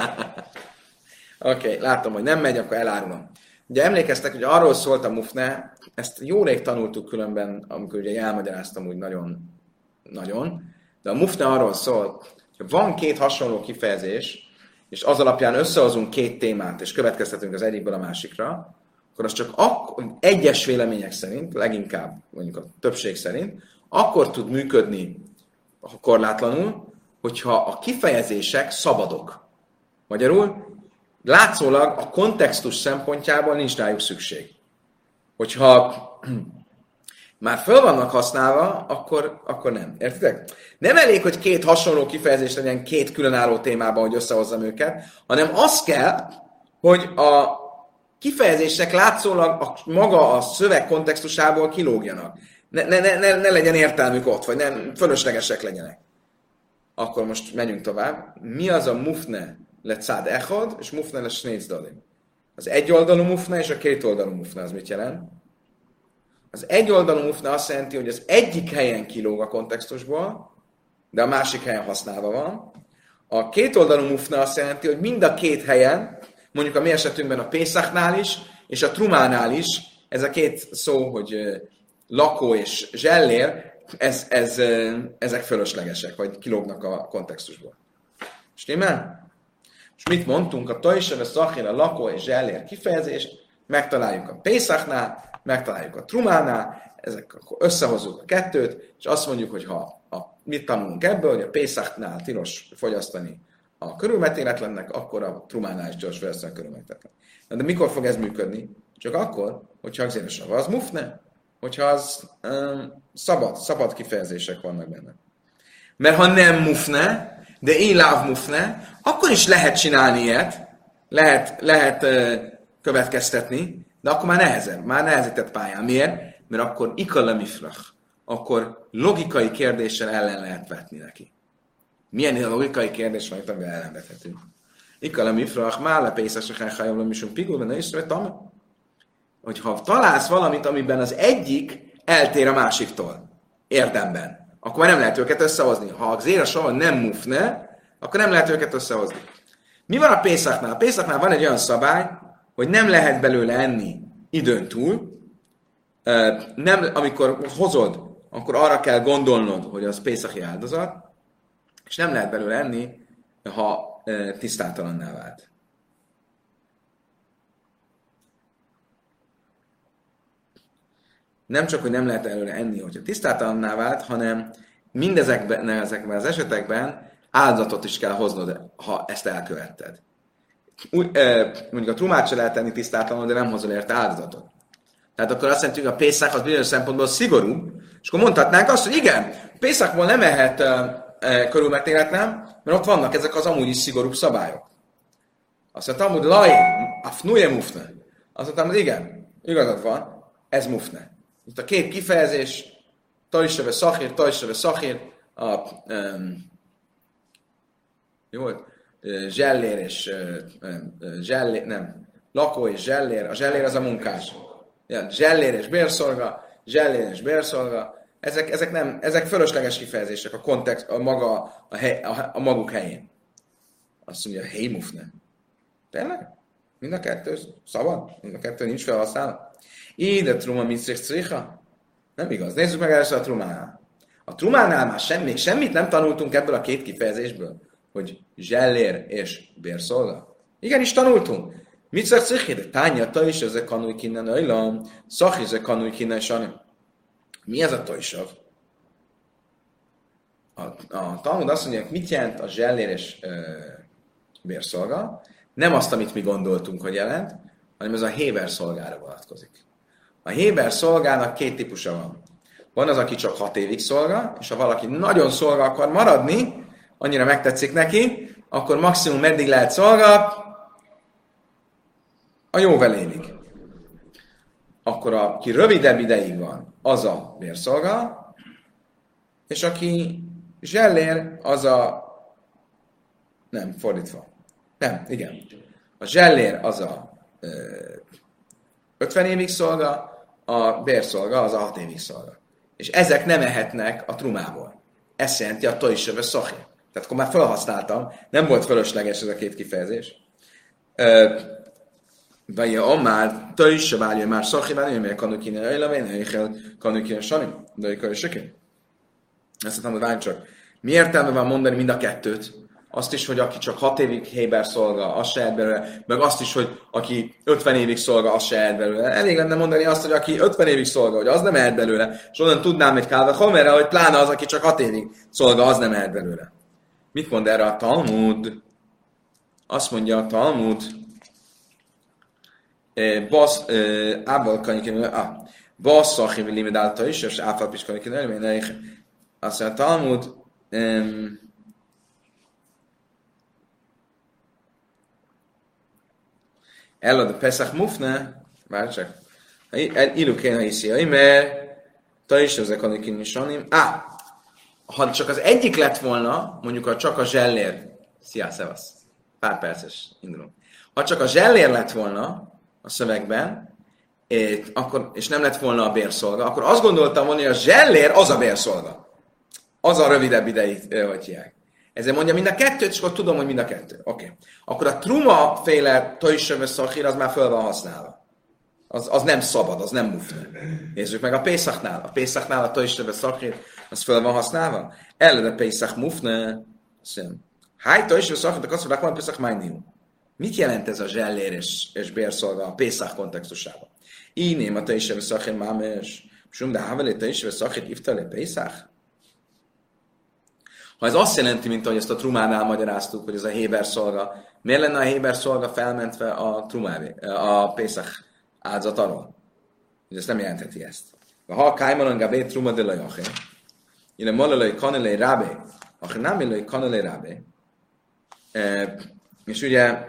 Oké, látom, hogy nem megy, akkor elárulom. Ugye emlékeztek, hogy arról szólt a mufne, ezt jó rég tanultuk különben, amikor ugye elmagyaráztam úgy nagyon, de a mufne arról szól, hogy van két hasonló kifejezés, és az alapján összehozunk két témát, és következtetünk az egyikből a másikra, akkor az csak egyes vélemények szerint, leginkább mondjuk a többség szerint, akkor tud működni korlátlanul, hogyha a kifejezések szabadok. Magyarul, látszólag a kontextus szempontjából nincs rájuk szükség. Hogyha már föl vannak használva, akkor nem. Értitek? Nem elég, hogy két hasonló kifejezés legyen két különálló témában, hogy összehozzam őket, hanem az kell, hogy a kifejezések látszólag maga a szöveg kontextusából kilógjanak. Ne legyen értelmük ott, vagy nem fölöslegesek legyenek. Akkor most menjünk tovább. Mi az a mufne le cád echad, és mufne le snéc dalim? Az egyoldalú mufne és a kétoldalú mufne az mit jelent? Az egyoldalú mufne azt jelenti, hogy az egyik helyen kilóg a kontextusból, de a másik helyen használva van. A kétoldalú mufne azt jelenti, hogy mind a két helyen, mondjuk a mi esetünkben a Pészaknál is, és a Trumánál is, ez a két szó, hogy lakó és zsellér, ezek fölöslegesek, vagy kilógnak a kontextusból. Stimmel? És mit mondtunk? A Taiseve Szachír, a lakó és zsellér kifejezést megtaláljuk a Pészaknál, megtaláljuk a Trumánál, akkor összehozzuk a kettőt, és azt mondjuk, hogy mit tanulunk ebből, hogy a Pészaknál tilos fogyasztani a körülmetéletlennek, akkor a Trumánál is tilos fogyasztani a körülmetéletlen. De mikor fog ez működni? Csak akkor, hogyha a Gzéra Sava az mufne, hogyha az szabad kifejezések vannak benne. Mert ha nem mufne, de éláv mufne, akkor is lehet csinálni ilyet, lehet következtetni, de akkor már nehezített pályán. Miért? Mert akkor ikalemifrach, akkor logikai kérdéssel ellen lehet vetni neki. Milyen logikai kérdés van itt, amivel ellenvethetünk? Ikalemifrach, már lepészesek hajolom is pigul, ne is vettem. Hogyha találsz valamit, amiben az egyik eltér a másiktól, érdemben, akkor már nem lehet őket összehozni. Ha a Gzéra Sava nem mufne, akkor nem lehet őket összehozni. Mi van a Pészaknál? A Pészaknál van egy olyan szabály, hogy nem lehet belőle enni időn túl. Amikor hozod, akkor arra kell gondolnod, hogy az pészaki áldozat, és nem lehet belőle enni, ha tisztátalanná vált. Nem csak, hogy nem lehet előle enni, hogyha tisztátalanná vált, hanem mindezekben az esetekben áldozatot is kell hoznod, ha ezt elkövetted. Mondjuk a trumát se lehet enni tisztátalanul, de nem hozol érte áldozatot. Tehát akkor azt jelenti, hogy a Pészak az bizonyos szempontból szigorú, és akkor mondhatnánk azt, hogy igen, Pészakból nem ehet körülmetéletlen, mert ott vannak ezek az amúgy is szigorúbb szabályok. Azt mondtam, hogy laj, afnuje mufne. Azt mondtam, hogy igen, igazad van, ez mufne. Itt a két kifejezés, tajseve szachír, mi volt? Zsellér és lakó és zsellér. A zsellér az a munkás. Ja, zsellér és bérszolga. Ezek fölösleges kifejezések a kontext, a maguk helyén. Azt mondja, hey mufne. Tényleg? Mind a kettő szabad? Mind a kettő nincs felhasználva? Ide truma mitzrich cricha? Nem igaz. Nézzük meg először a trumánál. A trumánál már semmit nem tanultunk ebből a két kifejezésből, hogy zsellér és bérszolga. Igenis tanultunk. Mitzrich cricha? De tányata is ezek kanúj kinnen öjlam, szach ezek kanúj kinnen sanim. Mi ez a tojsav? A Talmud azt mondja, hogy mit jelent a zsellér és bérszolga? Nem azt, amit mi gondoltunk, hogy jelent, hanem ez a héber szolgára vonatkozik. A héber szolgának két típusa van. Van az, aki csak 6 évig szolga, és ha valaki nagyon szolga akar maradni, annyira megtetszik neki, akkor maximum meddig lehet szolga? A jóvelévig. Akkor aki rövidebb ideig van, az a bérszolga, és aki zsellér, az a... Nem, fordítva. Nem, igen. A zsellér az a 50 évig szolga, a bérszolga az a 6 évig szolga. És ezek nem ehetnek a trumából. Ez jelenti a tojsöve szachir. Tehát akkor már felhasználtam, nem volt fölösleges ez a két kifejezés. Vagy a már tojsöve válja már szachir, válja, mert kanukine öjlavén, kanukine sanim, de ők sökén. Ezt mondtam, hogy várj csak. Mi értelme van mondani mind a kettőt? Azt is, hogy aki csak 6 évig héber szolga, az se ehet belőle, meg azt is, hogy aki 50 évig szolga, az se ehet belőle. Elég lenne mondani azt, hogy aki 50 évig szolga, hogy az nem ehet belőle, és onnan tudnám egy kálva homerre, hogy pláne az, aki csak 6 évig szolga, az nem ehet belőle. Mit mond erre a Talmud? Azt mondja a Talmud, Basszachim limedálta is, és áfalpiskanikin előményeik. Azt mondja a Talmud, Elad a Pesach mufne, várj csak, ilukén a hiszi, mert te is ezek a nikinissanim. Ha csak az egyik lett volna, mondjuk csak a zsellér, szia, szevasz, pár perces, indulunk. Ha csak a zsellér lett volna a szövegben, és nem lett volna a bérszolga, akkor azt gondoltam volna, hogy a zsellér az a bérszolga. Az a rövidebb ideig, hogy hívják. Ezért mondja mind a kettőt, és akkor tudom, hogy mind a kettő. Oké. Akkor a truma féle tojsöve szachír, az már föl van használva. Az nem szabad, az nem mufne. Nézzük meg a Pészaknál. A Pészaknál a tojsöve szachír, az föl van használva. Ellen a Pészak mufne. Háj tojsöve szachír, de azt mondják, van Pészak májnium. Mit jelent ez a zsellér és bérszolga a Pészak kontextusában? Íném a tojsöve szachír mámes. Sum de havelé tojsöve szachír iftale Pészak. Ha ez azt jelenti, mint ahogy ezt a trumánál magyaráztuk, hogy ez a héber szolga, miért lenne a héber szolga felmentve a Pészak áldozat alól? Hogy ezt nem jelentheti ezt. Ha kájmanon gabé truma de lajaché, ille malalai kanelei rábé, akkor nem illai kanelei rábé. És ugye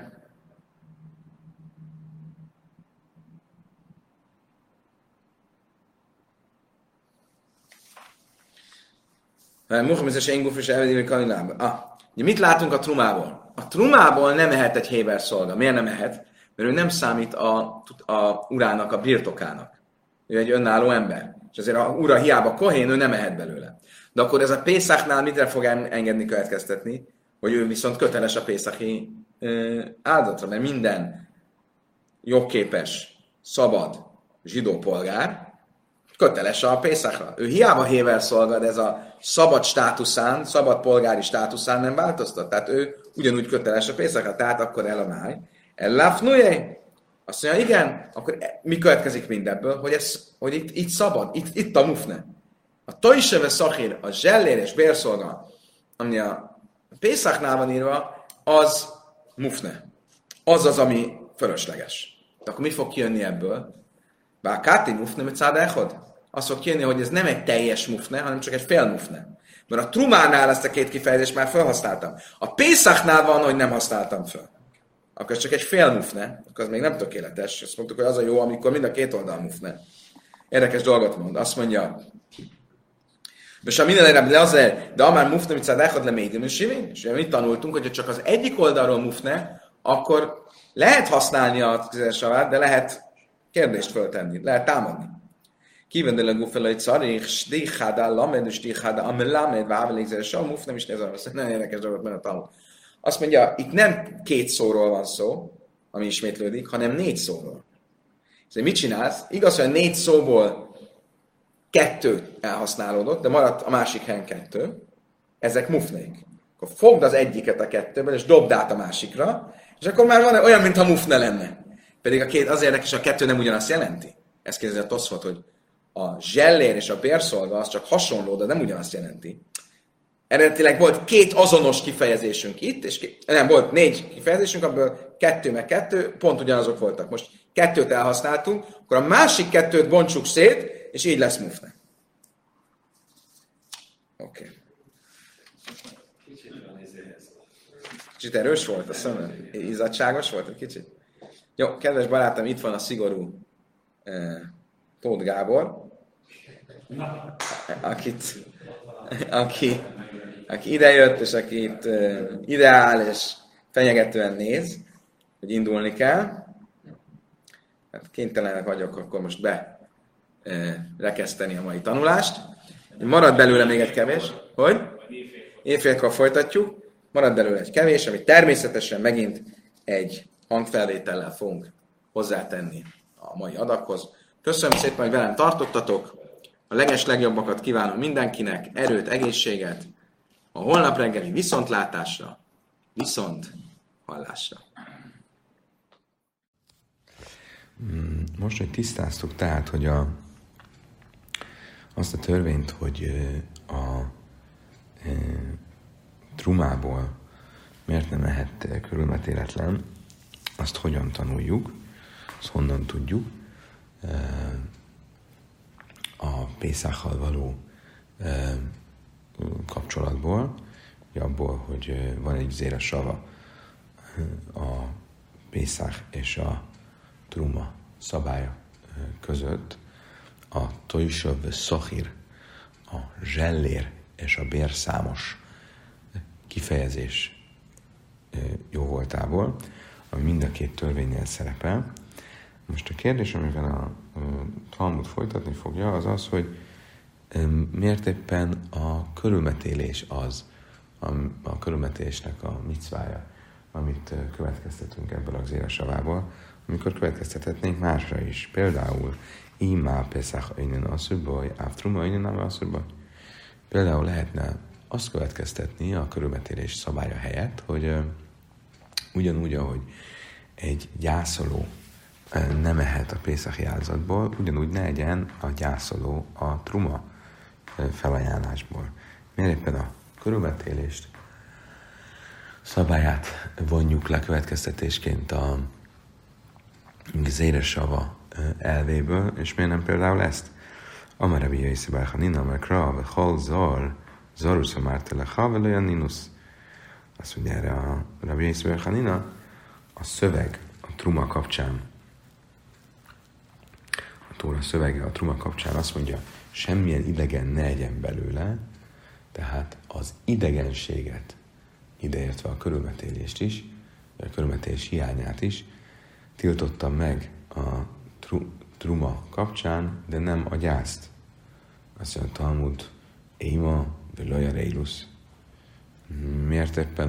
mit látunk a trumából? A trumából nem ehet egy héber szolga. Miért nem ehet? Mert ő nem számít a urának, a birtokának. Ő egy önálló ember. És azért a ura hiába kohén, ő nem ehet belőle. De akkor ez a Pészaknál mitre fog engedni következtetni? Hogy ő viszont köteles a pészaki áldozatra. Mert minden jogképes, szabad zsidó polgár köteles a Pészakra. Ő hiába héber szolga, de ez a szabad státuszán, szabad polgári státuszán nem változtat. Tehát ő ugyanúgy köteles a Pészakra. Tehát akkor el a máj. Ellafnuje. Azt mondja, igen, akkor mi következik mindebből? Hogy itt szabad, itt a mufne. A tojseve szachír, a zsellér és bérszolga, ami a Pészaknál van írva, az mufne. Az, ami fölösleges. De akkor mi fog kijönni ebből? Bár káti mufne, mit szád elhod? Az fog kijönni, hogy ez nem egy teljes mufne, hanem csak egy fél mufne. Mert a trumánál ezt a két kifejezést már felhasználtam. A Pészaknál van, hogy nem használtam fel. akkor ez csak egy fél mufne, akkor az még nem tökéletes. Azt mondtuk, hogy az a jó, amikor mind a két oldal mufne. Érdekes dolgot mond. Azt mondja, és a minden de azért, de amár mufne, mint szád le médim, és mit tanultunk, hogyha csak az egyik oldalról mufne, akkor lehet használni a savát, de lehet kérdést föltenni, lehet támadni. Kívendele gufele egy szarich, stichada, lamed, stichada, amelamed, vávelékzel, sav, mufne, és ez az, nagyon érdekes dolgot menne tanul. Azt mondja, itt nem 2 szóról van szó, ami ismétlődik, hanem 4 szóról. Szóval mit csinálsz? Igaz, hogy a 4 szóból 2 elhasználódott, de maradt a másik helyen 2. Ezek mufnék. Akkor fogd az egyiket a 2-ből, és dobd át a másikra, és akkor már van olyan, mintha mufne lenne. Pedig az érdekes, a 2 nem ugyanazt jelenti. Ezt kérdezi a Toszfot, hogy a zsellér és a bérszolga az csak hasonló, de nem ugyanazt jelenti. Eredetileg volt 2 azonos kifejezésünk itt, és nem, volt 4 kifejezésünk, abból 2 meg 2, pont ugyanazok voltak. Most 2-t elhasználtunk, akkor a másik 2-t bontsuk szét, és így lesz mufne. Oké. Kicsit erős volt a szemem? Izzadságos volt egy kicsit? Jó, kedves barátom, itt van a szigorú Tóth Gábor, aki idejött, és aki itt ideál, és fenyegetően néz, hogy indulni kell. Hát kénytelenek vagyok akkor most rekeszteni a mai tanulást. Marad belőle még egy kevés. Hogy? Éjfélkor folytatjuk. Marad belőle egy kevés, amit természetesen megint egy hangfelvétellel fogunk hozzátenni a mai adaghoz. Köszönöm szépen, hogy velem tartottatok. A legjobbakat kívánom mindenkinek, erőt, egészséget. A holnap reggeli viszontlátásra, viszont hallásra. Most, hogy tisztáztuk tehát, hogy azt a törvényt, hogy a trumából miért nem ehet körülmetéletlen, azt hogyan tanuljuk, azt honnan tudjuk. A Pészákkal való kapcsolatból, abból, hogy van egy zére sava a Pészák és a truma szabálya között, a tojsöv szachir, a zsellér és a bérszámos kifejezés jó voltából, ami mind a 2 törvénynél szerepel. Most a kérdés, amivel a Talmud folytatni fogja, az az, hogy miért éppen a körülmetélés az, a körülmetélésnek a micvája, amit következtetünk ebből a zéresavából, amikor következtethetnénk másra is. Például Imá Pesach innen asszurba, Áftruma innen asszurba. Például lehetne azt következtetni a körülmetélés szabálya helyett, hogy ugyanúgy, ahogy egy gyászoló nem ehet a Pészach áldozatból, ugyanúgy ne egyen a gyászoló a truma felajánlásból. Miért éppen a körülmetélést szabályát vonjuk le következtetésként a zéresava elvéből, és miért nem például ezt? Amara bia iszibáha nina, mert krav, hol zar, zarusza márteleha, vele olyan ninusz. Azt mondja erre a Rabbi Yisrael Hanina, a szöveg a truma kapcsán, a Tóra szövege a truma kapcsán azt mondja, semmilyen idegen ne egyen belőle, tehát az idegenséget, ideértve a körülmetélést is, a körülmetélés hiányát is, tiltotta meg a truma kapcsán, de nem a gyászt. Azt mondja a Talmud, Éma, Veloja Reilusz. Miért éppen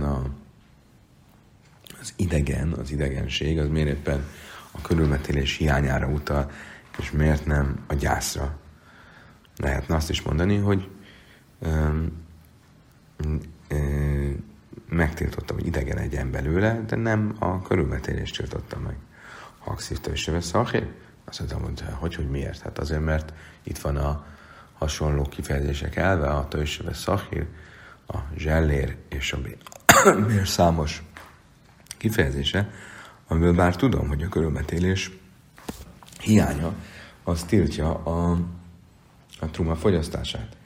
az idegenség, az miért éppen a körülmetélés hiányára utal, és miért nem a gyászra? Lehetne azt is mondani, hogy megtiltotta, hogy idegen egyen belőle, de nem a körülmetélést tiltotta meg. Hakszívta és Söve Szachir? Azt mondtam, hogy miért? Hát azért, mert itt van a hasonló kifejezések elve, a Söve Szachir, a zsellér és a bér számos kifejezése, amiből bár tudom, hogy a körülmetélés hiánya az tiltja a truma fogyasztását.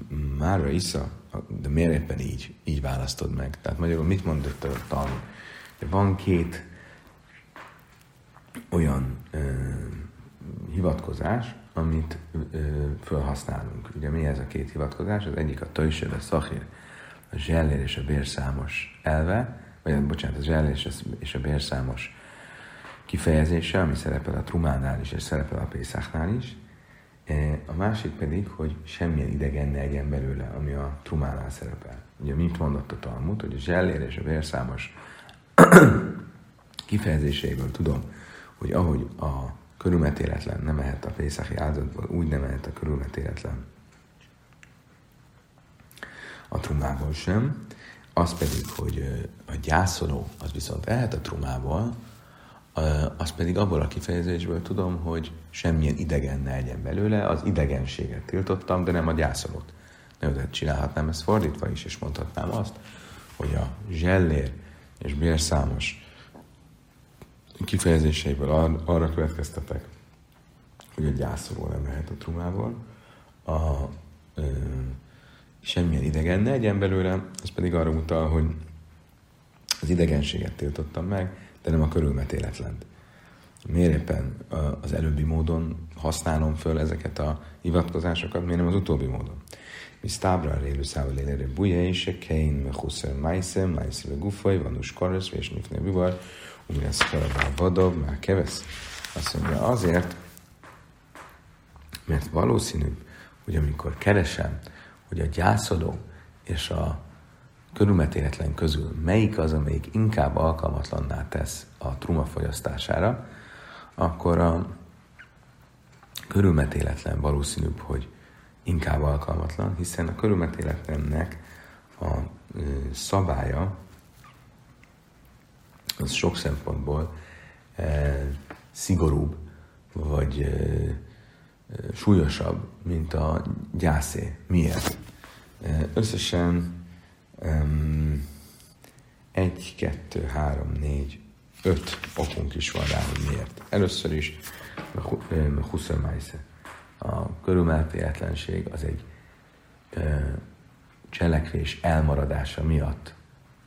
Márra Isza, de miért éppen így választod meg? Tehát magyarul mit mondott a Talmud? Van két olyan hivatkozás, amit felhasználunk. Ugye mi ez a két hivatkozás? Az egyik a Toised, a Szachir, a zsellér és a bérszámos elve, vagy bocsánat, a zsellér és a bérszámos kifejezése, ami szerepel a Trumánál is, és szerepel a Pészáchnál is. A másik pedig, hogy semmilyen idegen ne egyen belőle, ami a Trumánál szerepel. Ugye mit mondott a Talmud, hogy a zsellér és a bérszámos kifejezéseiből tudom, hogy ahogy a körülmetéletlen nem ehet a pészachi áldozatból, úgy nem ehet a körülmetéletlen a trumából sem. Az pedig, hogy a gyászoló, az viszont ehet a trumából, az pedig abból a kifejezésből tudom, hogy semmilyen idegen ne egyen belőle, az idegenséget tiltottam, de nem a gyászolót. Nem csinálhatnám ezt fordítva is, és mondhatnám azt, hogy a zsellér és bérszámos kifejezéseiből arra következtetek, hogy a gyászoló nem mehet a trumából, semmilyen idegen ne egyen belőle, ez pedig arra utal, hogy az idegenséget tiltottam meg, de nem a körülmetéletlent. Miért éppen az előbbi módon használom föl ezeket a hivatkozásokat, miért nem az utóbbi módon? Misztábra réluszával élére bujése, kein mechuszer májsze, májsze gufaj, vanus karesz, és nifne bivar, úgy lesz feladál vadog, már kevesz. Azt mondja, azért, mert valószínű, hogy amikor keresem, hogy a gyászoló és a körülmetéletlen közül melyik az, amelyik inkább alkalmatlanná tesz a truma fogyasztására, akkor a körülmetéletlen valószínűbb, hogy inkább alkalmatlan, hiszen a körülmetéletlennek a szabálya az sok szempontból szigorúbb, vagy súlyosabb, mint a gyászé. Miért? Összesen 1, 2, 3, 4, 5 okunk is van rá, hogy miért. Először is a körülmetéletlenség az egy cselekvés elmaradása miatt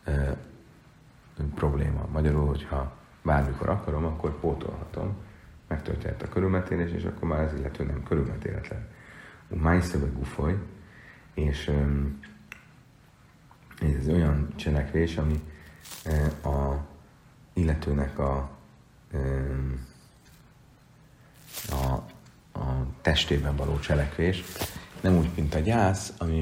probléma. Magyarul, hogyha bármikor akarom, akkor pótolhatom. Megtörtént a körülmetélés, és akkor már az illető nem körülmetéletlen. Májszöve gufoly, és ez olyan cselekvés, ami a illetőnek a testében való cselekvés, nem úgy, mint a gyász, ami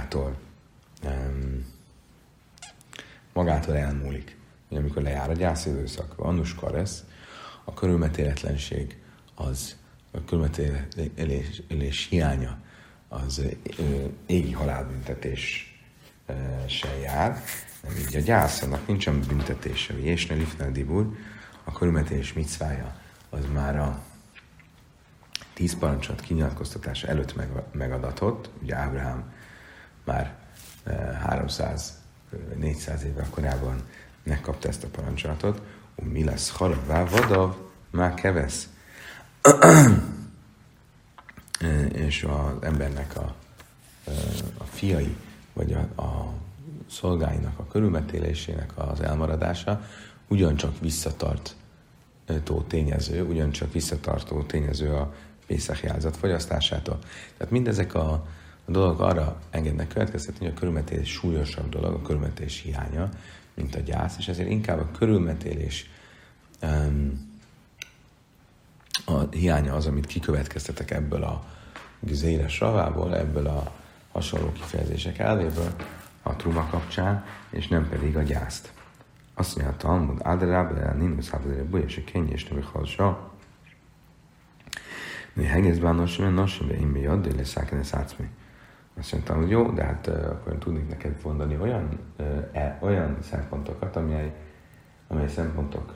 magától elmúlik. Amikor lejár a gyászidőszak, annus karesz, a körülmetéletlenség az, a körülmetélés hiánya az égi halálbüntetéssel jár, nem így a gyász, annak nincsen büntetése, és ne lifnel dibur, a körülmetélés micvája az már a 10 parancsolat kinyilatkoztatása előtt megadatott, ugye Ábrahám már 300-400 évvel korábban megkapta ezt a parancsolatot, mi lesz harabá vadav, már kevesz. És az embernek a fiai, vagy a szolgáinak a körülmetélésének az elmaradása ugyancsak visszatartó tényező a pészachi áldozat fogyasztásától. Tehát mindezek a dolgok arra engednek következtetni, hogy a körülmetélés súlyosabb dolog, a körülmetélés hiánya, mint a gyász, és ezért inkább a körülmetélés a hiánya az, amit kikövetkeztetek ebből a gizéres ravából, ebből a hasonló kifejezések elvéből a truma kapcsán, és nem pedig a gyászt. Azt mondja a Talmud, Áderába, Ninus Hábadére, Bujése, Kenyés, Növi Halsa, mi hegészbános, mert nosim, be imbi jad, de leszákene szácmi. Azt mondtam, hogy jó, de hát akkor tudnék neked mondani olyan szempontokat, amely szempontok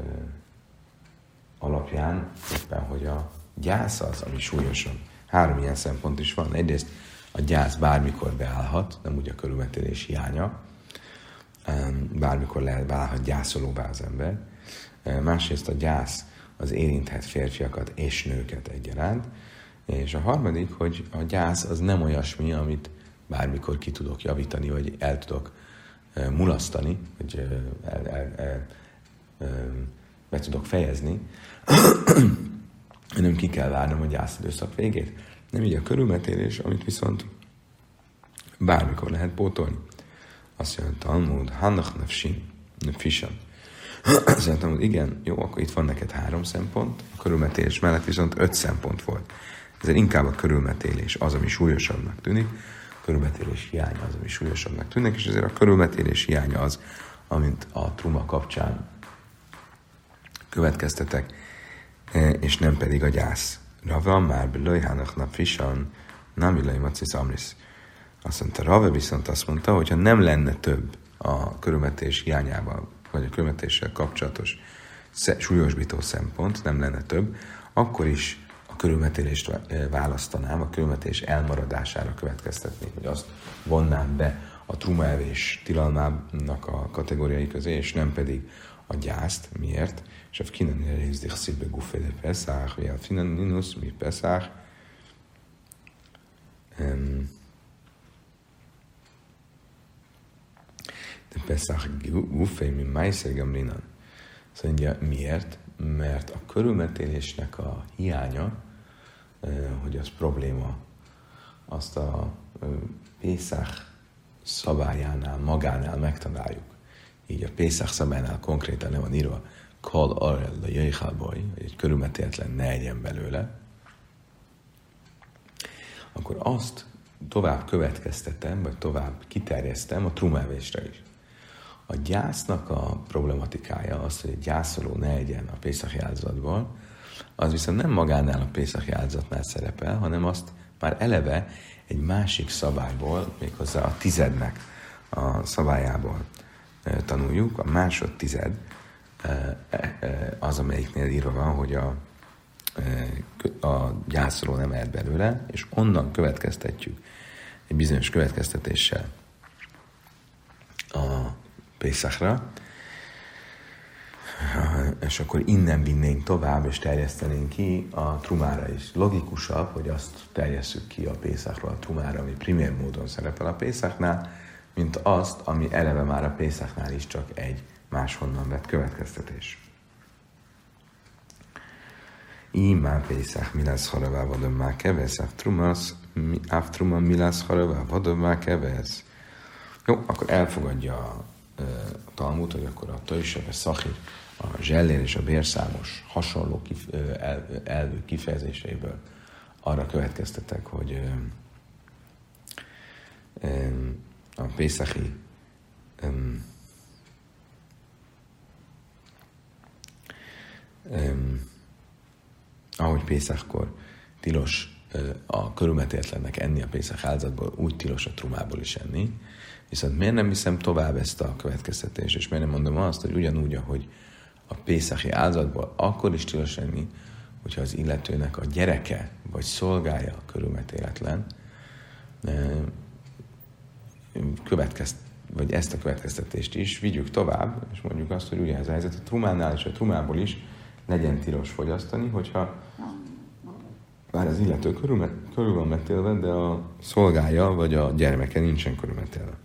alapján éppen, hogy a gyász az, ami súlyosabb. 3 ilyen szempont is van. Egyrészt a gyász bármikor beállhat, nem úgy a körülmetélés hiánya, bármikor válhat gyászolóvá az ember. Másrészt a gyász az érinthet férfiakat és nőket egyaránt. És a harmadik, hogy a gyász az nem olyasmi, amit bármikor ki tudok javítani, vagy el tudok mulasztani, hogy be tudok fejezni, nem ki kell várnom a gyászidőszak végét. Nem így a körülmetélés, amit viszont bármikor lehet pótolni. Azt mondja, Talmud, Hannach nefsisan. Azt mondtam, hogy igen, jó, akkor itt van neked 3 szempont, a körülmetélés mellett viszont 5 szempont volt. Ezért inkább a körülmetélés az, ami súlyosabbnak tűnik, a körülmetélés hiánya az, ami súlyosabbnak tűnik, és ezért a körülmetélés hiánya az, amint a truma kapcsán következtetek, és nem pedig a gyász. Rava már belőj Hannach nefsisan, nem illai macis amris. Azt mondta, Rava viszont azt mondta, hogyha nem lenne több a körülmetés hiányával, vagy a körülmetéssel kapcsolatos súlyosbító szempont, nem lenne több, akkor is a körülmetélést választanám, a körülmetés elmaradására következtetnék, hogy azt vonnám be a trumaevés tilalmának a kategóriái közé, és nem pedig a gyászt. Miért? És a kinan nézik szívbe guféle Pesach, vagy a finan ninus mi Pesach. De Pesach gufé mi Meiser Gamrinan. Szóval miért? Mert a körülmetélésnek a hiánya, hogy az probléma, azt a Pesach szabályánál, magánál megtaláljuk. Így a Pesach szabálynál konkrétan nem van írva Kol arel a jöjjhalbaj, hogy egy körülmetéletlen ne egyen belőle, akkor azt tovább következtetem, vagy tovább kiterjesztem a trumávésre is. A gyásznak a problematikája az, hogy egy gyászoló ne egyen a Pészach áldozatból, az viszont nem magánál a Pészach áldozatnál szerepel, hanem azt már eleve egy másik szabályból, méghozzá a 10-nek a szabályából tanuljuk. A másodtized az, amelyiknél írva van, hogy a gyászoló nem ehet belőle, és onnan következtetjük egy bizonyos következtetéssel a Pészachra, és akkor innen vinnénk tovább, és terjesztenénk ki a trumára is. Logikusabb, hogy azt terjesszük ki a Pészachról a trumára, ami primér módon szerepel a Pészachnál, mint azt, ami eleve már a Pészachnál is csak egy máshonnan vett következtetés. Ima Pészach mi lesz haravá vadom már kevesz, áv truma mi lesz haravá vadom már kevesz. Jó, akkor elfogadja a Talmud, hogy akkor a Tojsav, a Szachir, a zsellér és a bérszámos hasonló elvű kifejezéseiből arra következtetek, hogy a Pészachi ahogy Pészachkor tilos a körülmetéletlennek enni a Pészach áldozatból, úgy tilos a trumából is enni. Viszont miért nem viszem tovább ezt a következtetést, és miért nem mondom azt, hogy ugyanúgy, ahogy a Pészachi áldozatból akkor is tilos enni, hogyha az illetőnek a gyereke vagy szolgája körülmetéletlen, vagy ezt a következtetést is vigyük tovább, és mondjuk azt, hogy ugyanez a helyzet a trumánál és a trumából is legyen tilos fogyasztani, hogyha bár az illető körül van metélve, de a szolgája vagy a gyermeke nincsen körülmetélve.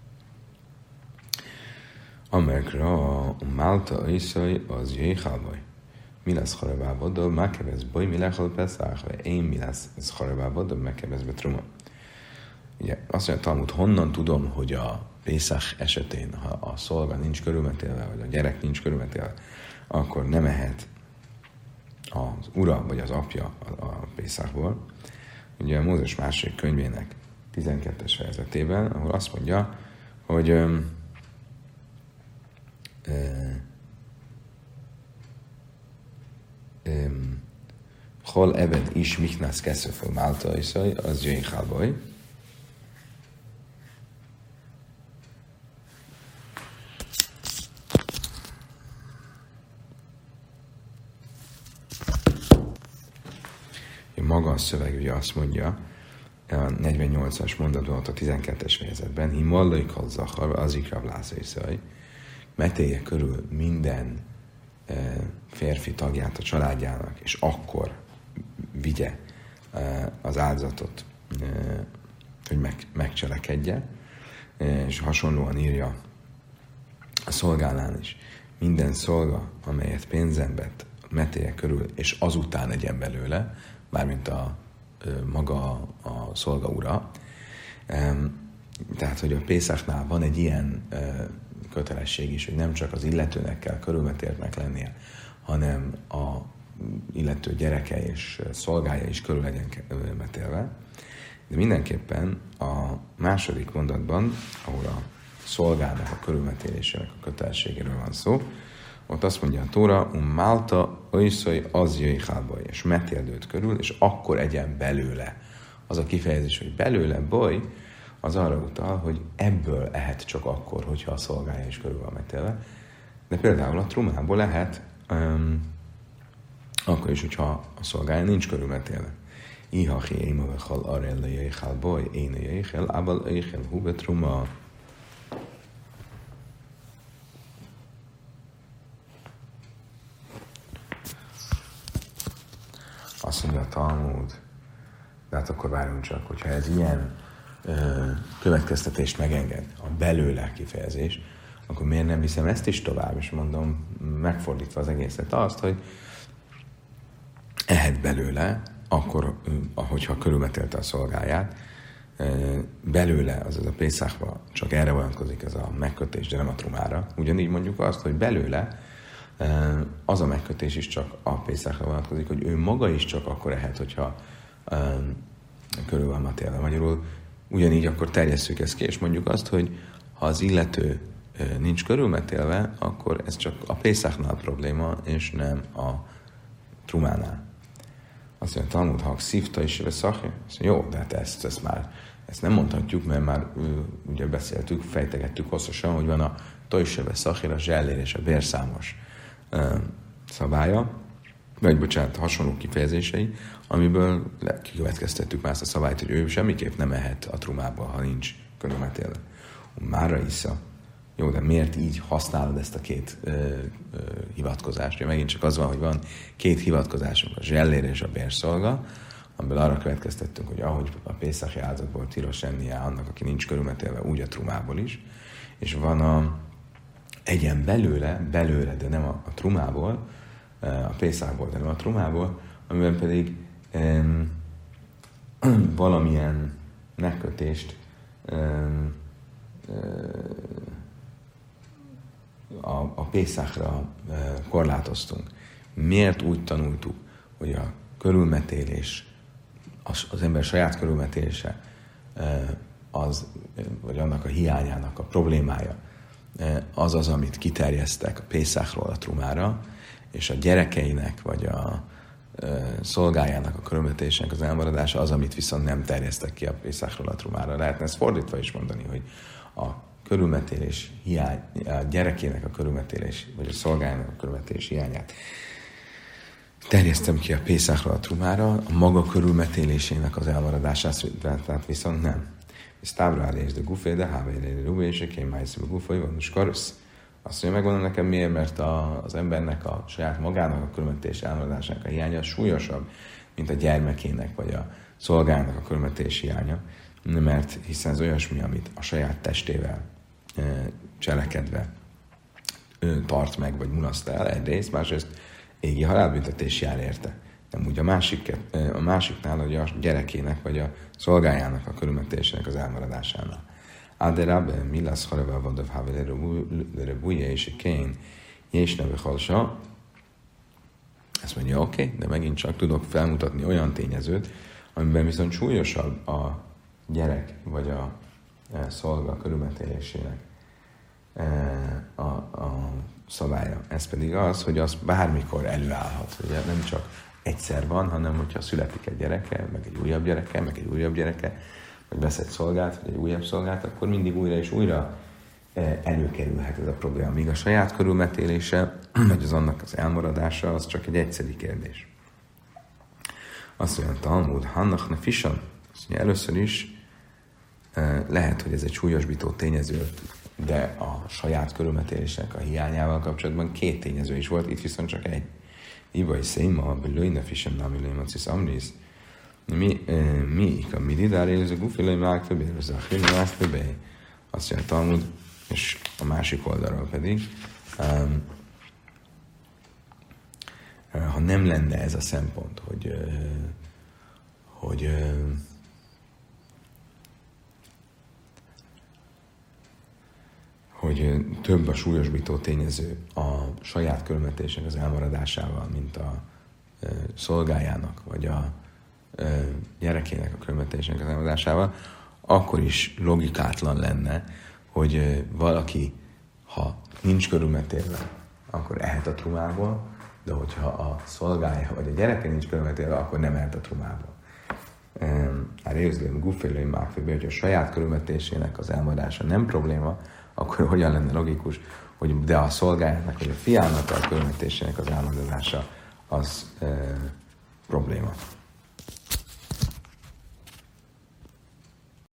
Amelyekre a Málta iszai az jöjjhalbaj. Mi lesz haravávadó, megkevez baj, mi lechal Pesach, vagy én mi lesz haravávadó, megkevez be truma. Ugye azt mondja Talmud, honnan tudom, hogy a Pészach esetén, ha a szolga nincs körülmetélve, vagy a gyerek nincs körülmetélve, akkor nem ehet az ura vagy az apja a Pészachból. Ugye a Mózes második könyvének 12-es fejezetében, ahol azt mondja, hogy hol ebben is michnász keszöföl Málta iszaj, az jöjjhalbaj. Maga a szöveg ugye azt mondja, a 48-as mondatban, a 12-es fejezetben, Himallai Zachar, az ikrav lászaiszaj, metélje körül minden férfi tagját a családjának, és akkor vigye az áldozatot, hogy megcselekedje, és hasonlóan írja a szolgálán is minden szolga, amelyet pénzen vett metéje körül, és azután egyen belőle, mármint maga a szolga ura. Tehát, hogy a Pészaknál van egy ilyen kötelesség is, hogy nem csak az illetőnek kell körülmetéltnek lennie, hanem a illető gyereke és szolgája is körül legyen metélve. De mindenképpen a második mondatban, ahol a szolgának a körülmetélésének a kötelességéről van szó, ott azt mondja a Tóra, málta oiszoj az jöjjhábaj, és metéldőt körül, és akkor egyen belőle. Az a kifejezés, hogy belőle baj, az arra utal, hogy ebből ehet csak akkor, hogyha a szolgája is körül van metélve. De például a trumából lehet akkor is, hogyha a szolgája nincs körülmetélve. Ihachi éma vechal arella jöjjhál baj, én jöjjhál, ábal jöjjhál húbe truma. Azt mondja a Talmud, de hát akkor várjunk csak, hogyha ez ilyen következtetést megenged, a belőle kifejezés, akkor miért nem viszem ezt is tovább, és mondom, megfordítva az egészet azt, hogy ehet belőle, akkor, ahogyha körülmetélte a szolgáját, belőle, azaz a Pészachba csak erre vonatkozik ez a megkötés, de nem a trumára. Ugyanígy mondjuk azt, hogy belőle az a megkötés is csak a Pészachra vonatkozik, hogy ő maga is csak akkor ehet, hogyha körül van metélve. Magyarul ugyanígy akkor terjesszük ezt ki, és mondjuk azt, hogy ha az illető nincs körülmetélve, akkor ez csak a Pészachnál probléma, és nem a trumánál. Azt mondja, Talmud, ha szívta is veszakja, jó, de hát ezt nem mondhatjuk, mert már ugye beszéltük, fejtegettük hosszasan, hogy van a tojseve szachir, a zsellér és a bérszámos szabálya, vagy bocsánat, hasonló kifejezései, amiből kikövetkeztettük már ezt a szabályt, hogy ő semmiképp nem ehet a trumából, ha nincs körülmetélve. Mára isza. Jó, de miért így használod ezt a két hivatkozást? Ja, megint csak az van, hogy van két hivatkozásunk, a zsellér és a bérszolga, amiből arra következtettünk, hogy ahogy a Pészachi áldozatból tilos ennie annak, aki nincs körülmetélve, úgy a trumából is, és van egyen belőle, de nem a trumából, a Pészachból, de nem a trumából, amiben pedig valamilyen megkötést a Pészachra korlátoztunk. Miért úgy tanultuk, hogy a körülmetélés, az ember saját körülmetélése, vagy annak a hiányának a problémája, az, amit kiterjesztek a Pészachról a trumára, és a gyerekeinek, vagy a szolgájának a körülmetésének az elmaradása az, amit viszont nem terjesztek ki a Pészachról a trumára. Lehetne ezt fordítva is mondani, hogy a körülmetélés hiány, a gyerekének a körülmetélés, vagy a szolgájának a körülmetélés hiányát terjesztem ki a Pészachról a trumára, a maga körülmetélésének az elmaradását, tehát viszont nem. És tábra állés, de gufé, de hávéléri rúvé, és én májszíve gufé, van most karusz. Azt mondja, megmondom nekem miért, mert az embernek a saját magának a körülmetés elmaradásának a hiánya súlyosabb, mint a gyermekének, vagy a szolgának a körülmetés hiánya, mert hiszen ez olyasmi, amit a saját testével cselekedve tart meg, vagy mulaszt el egyrészt, másrészt égi halálbüntetés jár érte. Nem úgy a másiknál, hogy a gyerekének, vagy a szolgájának a körülmetésének az elmaradásánál. Áderábe, millász halevel vadav hávelére bújja és a kén, és neve halsa. Ezt mondja, oké, de megint csak tudok felmutatni olyan tényezőt, amiben viszont súlyosabb a gyerek, vagy a szolga körülmetélésének a szabálya. Ez pedig az, hogy az bármikor előállhat. Ugye nem csak egyszer van, hanem hogyha születik egy gyereke, meg egy újabb gyereke, vagy vesz egy szolgát, vagy egy újabb szolgát, akkor mindig újra és újra előkerülhet ez a probléma. Míg a saját körülmetélése, vagy az annak az elmaradása, az csak egy egyszeri kérdés. Azt mondja, Talmud, Hannach ne fisan. Azt mondja, először is lehet, hogy ez egy súlyosbító tényező, de a saját körülmetélésnek a hiányával kapcsolatban két tényező is volt, itt viszont csak egy. Ibai széma, belőj ne fisan, nem belőj macis amrisz. Mi a miridár élőző gufilai mágtöbbé, ez a hőn mágtöbbé. Azt mondja, Talmud, és a másik oldalról pedig, ha nem lenne ez a szempont, hogy több a súlyosbító tényező a saját körülmetésnek az elmaradásával, mint a szolgájának, vagy a gyerekének a körülmetésnek az elmaradásával, akkor is logikátlan lenne, hogy valaki, ha nincs körülmetélve, akkor ehet a trumából, de hogyha a szolgája vagy a gyereke nincs körülmetélve, akkor nem ehet a trumából. A részlőm gufélőim mágfőbe, hogy a saját körülmetésének az elmaradása nem probléma, akkor hogyan lenne logikus, hogy de a szolgájának vagy a fiának a körülmetésének az elmaradása az probléma.